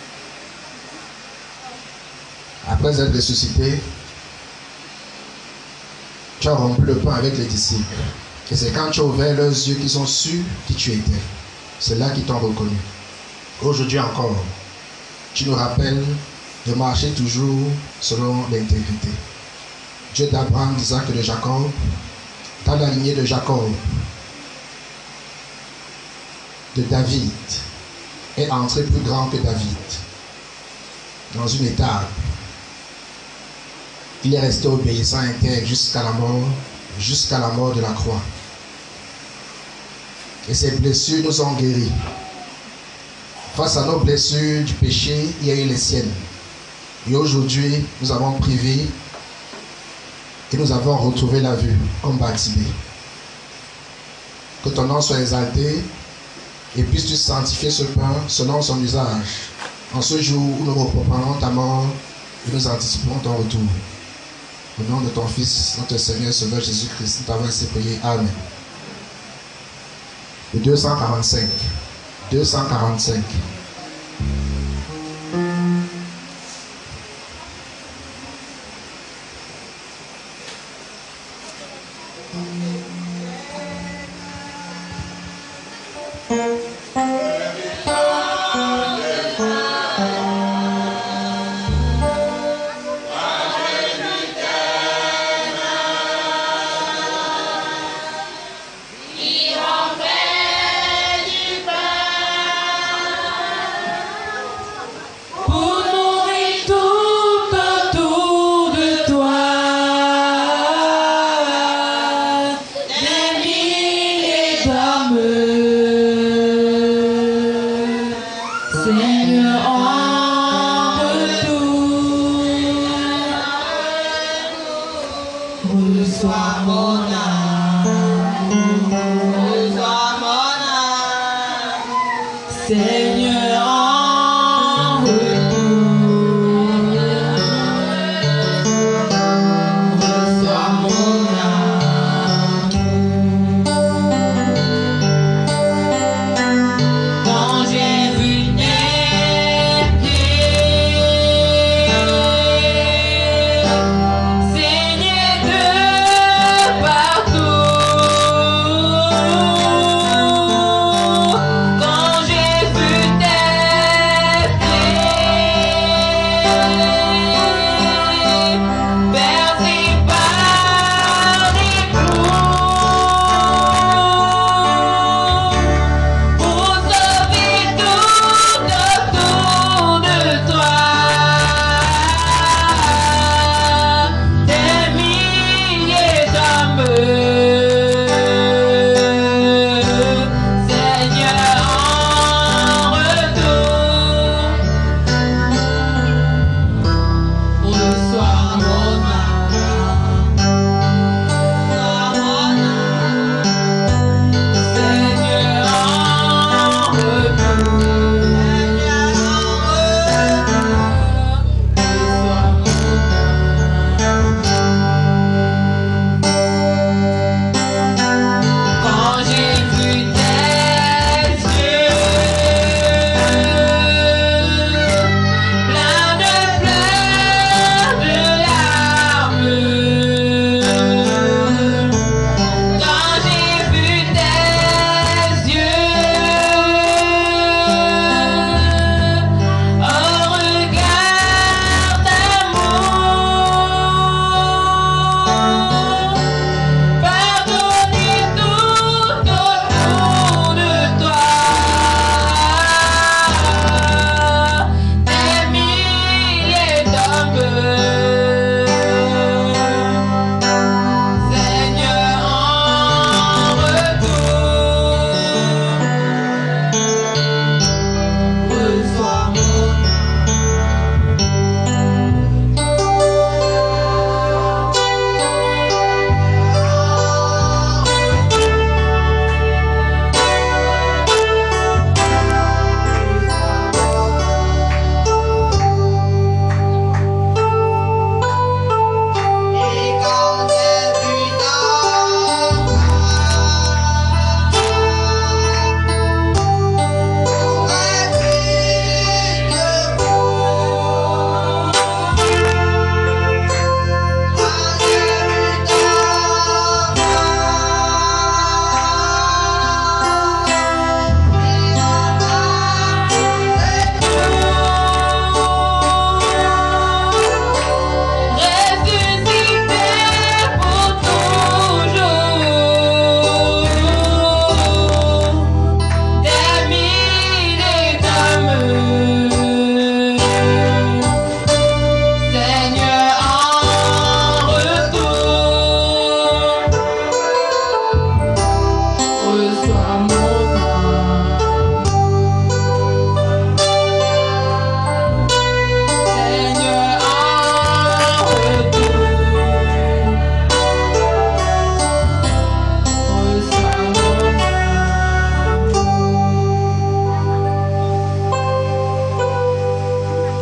Après être ressuscité, tu as rompu le pain avec les disciples. Et c'est quand tu as ouvert leurs yeux qu'ils ont su qui tu étais. ceux-là qui t'ont reconnu. Aujourd'hui encore, tu nous rappelles de marcher toujours selon l'intégrité. Dieu d'Abraham, d'Isaac et de Jacob, dans la lignée de Jacob, de David, est entré plus grand que David dans une étape. Il est resté obéissant intègre jusqu'à la mort de la croix. Et ses blessures nous ont guéris. Face à nos blessures du péché, il y a eu les siennes. Et aujourd'hui, nous avons privé et nous avons retrouvé la vue comme Bartimée. Que ton nom soit exalté et puisses-tu sanctifier ce pain selon son usage. En ce jour où nous reprendrons ta mort et nous anticiperons ton retour. Au nom de ton Fils, notre Seigneur et Sauveur Jésus-Christ, nous t'avons ainsi prié. Amen. Le 245. 245. Il en fait du pain.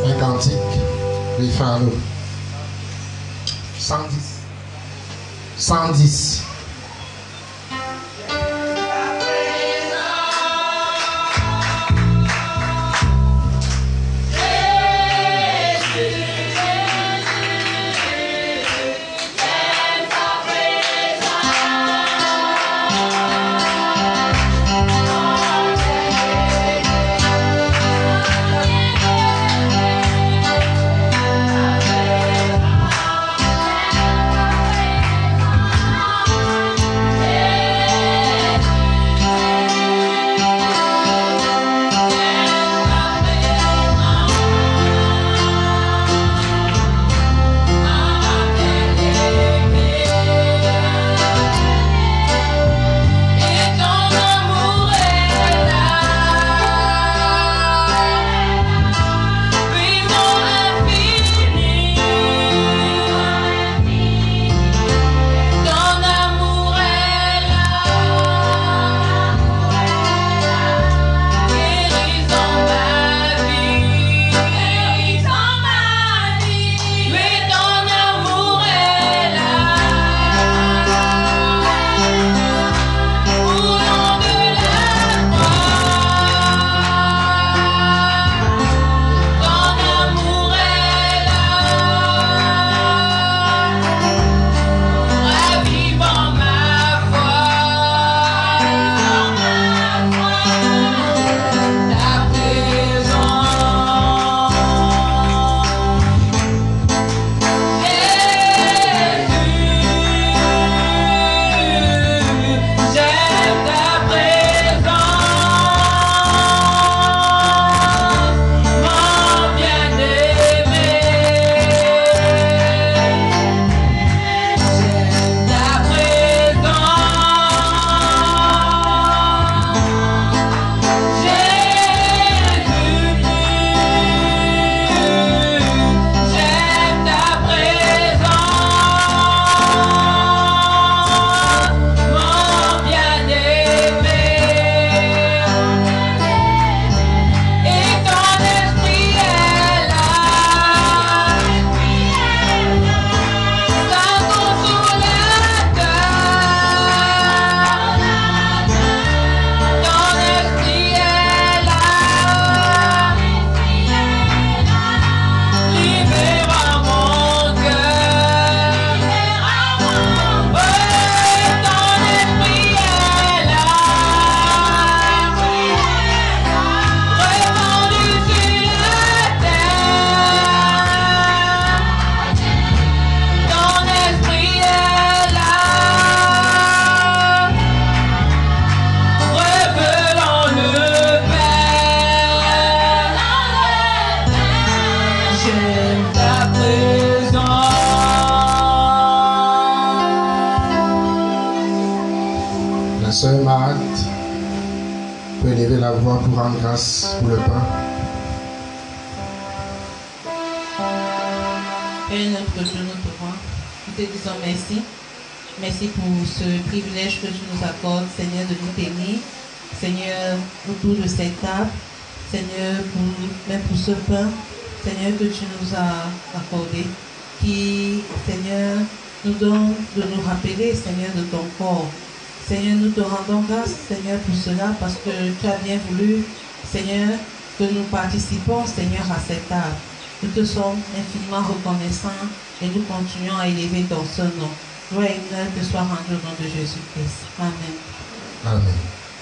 Un cantique, les frères. 110. 110. Sœur Marthe peut élever la voix pour rendre grâce pour le pain. Père notre Dieu, notre roi, nous te disons merci. Merci pour ce privilège que tu nous accordes, Seigneur, de nous tenir. Seigneur, autour de cette table. Seigneur, même pour ce pain, Seigneur, que tu nous as accordé. Qui, Seigneur, nous donne de nous rappeler, Seigneur, de ton corps. Seigneur, nous te rendons grâce, Seigneur, pour cela, parce que tu as bien voulu, Seigneur, que nous participons, Seigneur, à cette table. Nous te sommes infiniment reconnaissants et nous continuons à élever ton seul nom. Gloire et honneur te soit rendu au nom de Jésus-Christ. Amen. Amen.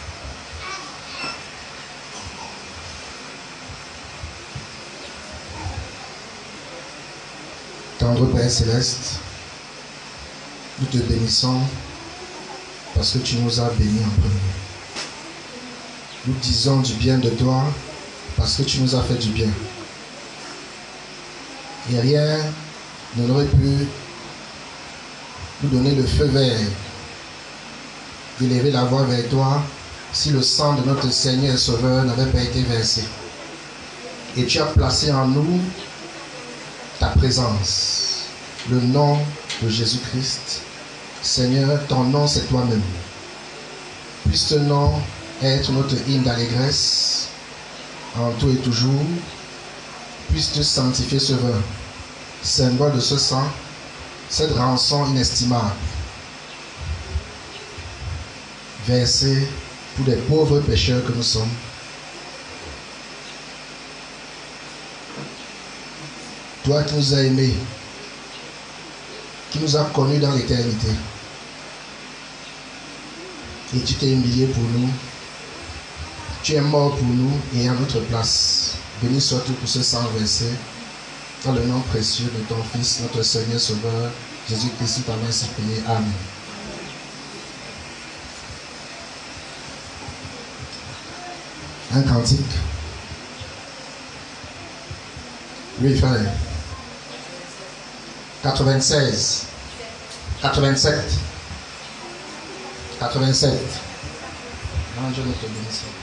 Tendre Père Céleste, nous te bénissons parce que tu nous as bénis en premier. Nous disons du bien de toi parce que tu nous as fait du bien. Et rien n'aurait pu nous donner le feu vert d'élever la voix vers toi si le sang de notre Seigneur et Sauveur n'avait pas été versé. Et tu as placé en nous ta présence, le nom de Jésus-Christ. Seigneur, ton nom c'est toi-même. Puisse ce nom être notre hymne d'allégresse en tout et toujours. puisse te sanctifier, Sauveur, symbole de ce sang, cette rançon inestimable, versée pour les pauvres pécheurs que nous sommes. Toi qui nous as aimés, qui nous as connus dans l'éternité, et tu t'es humilié pour nous, tu es mort pour nous et à notre place. Béni sois-tu pour ce sang versé, dans le nom précieux de ton Fils, notre Seigneur Sauveur, Jésus-Christ, ta main s'est priée. Amen. Un cantique. Oui, frère. 96. 87. 87. Non, je ne te bénisse pas.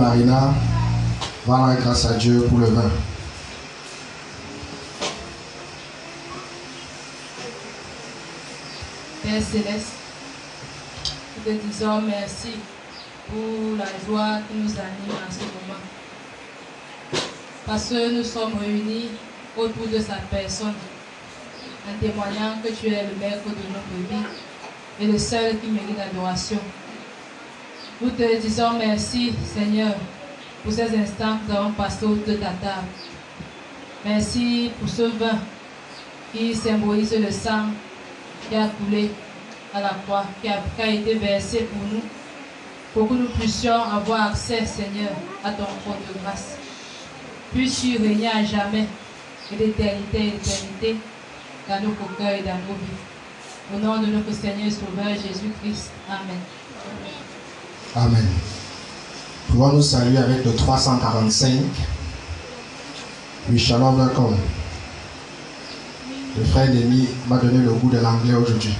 Marina va rendre grâce à Dieu pour le vin. Père Céleste, nous te disons merci pour la joie qui nous anime en ce moment. Parce que nous sommes réunis autour de sa personne, en témoignant que tu es le maître de notre vie et le seul qui mérite l'adoration. Nous te disons merci, Seigneur, pour ces instants que nous avons passés autour de ta table. Merci pour ce vin qui symbolise le sang qui a coulé à la croix, qui a été versé pour nous, pour que nous puissions avoir accès, Seigneur, à ton trône de grâce. Puisses-tu régner à jamais, et d'éternité et d'éternité, dans nos cœurs et dans nos vies. Au nom de notre Seigneur et Sauveur Jésus-Christ. Amen. Amen. Pouvons nous saluer avec le 345. Oui, shalom, welcome. Le frère Denis m'a donné le goût de l'anglais aujourd'hui.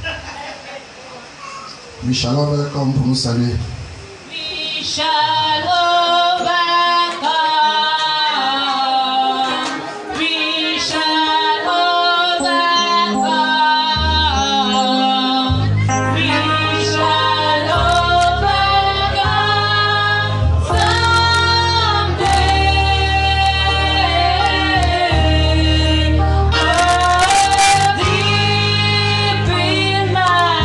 Oui, shalom, welcome pour nous saluer. Oui, shalom, welcome. Oui, shalom, welcome. Oui, shalom, welcome. Someday, oh, deep in my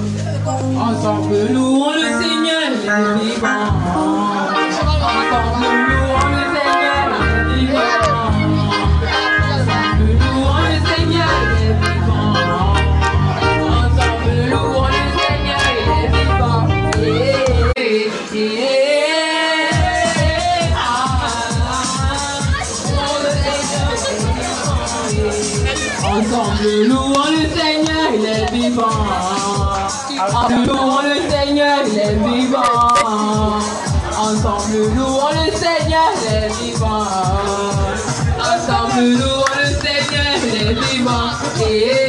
Ensemble, louons le Seigneur, les vivants. Ensemble, Ensemble, louons le Seigneur, il est vivant. Ensemble, louons le Seigneur, il est vivant. Ensemble, louons le Seigneur, il est vivant.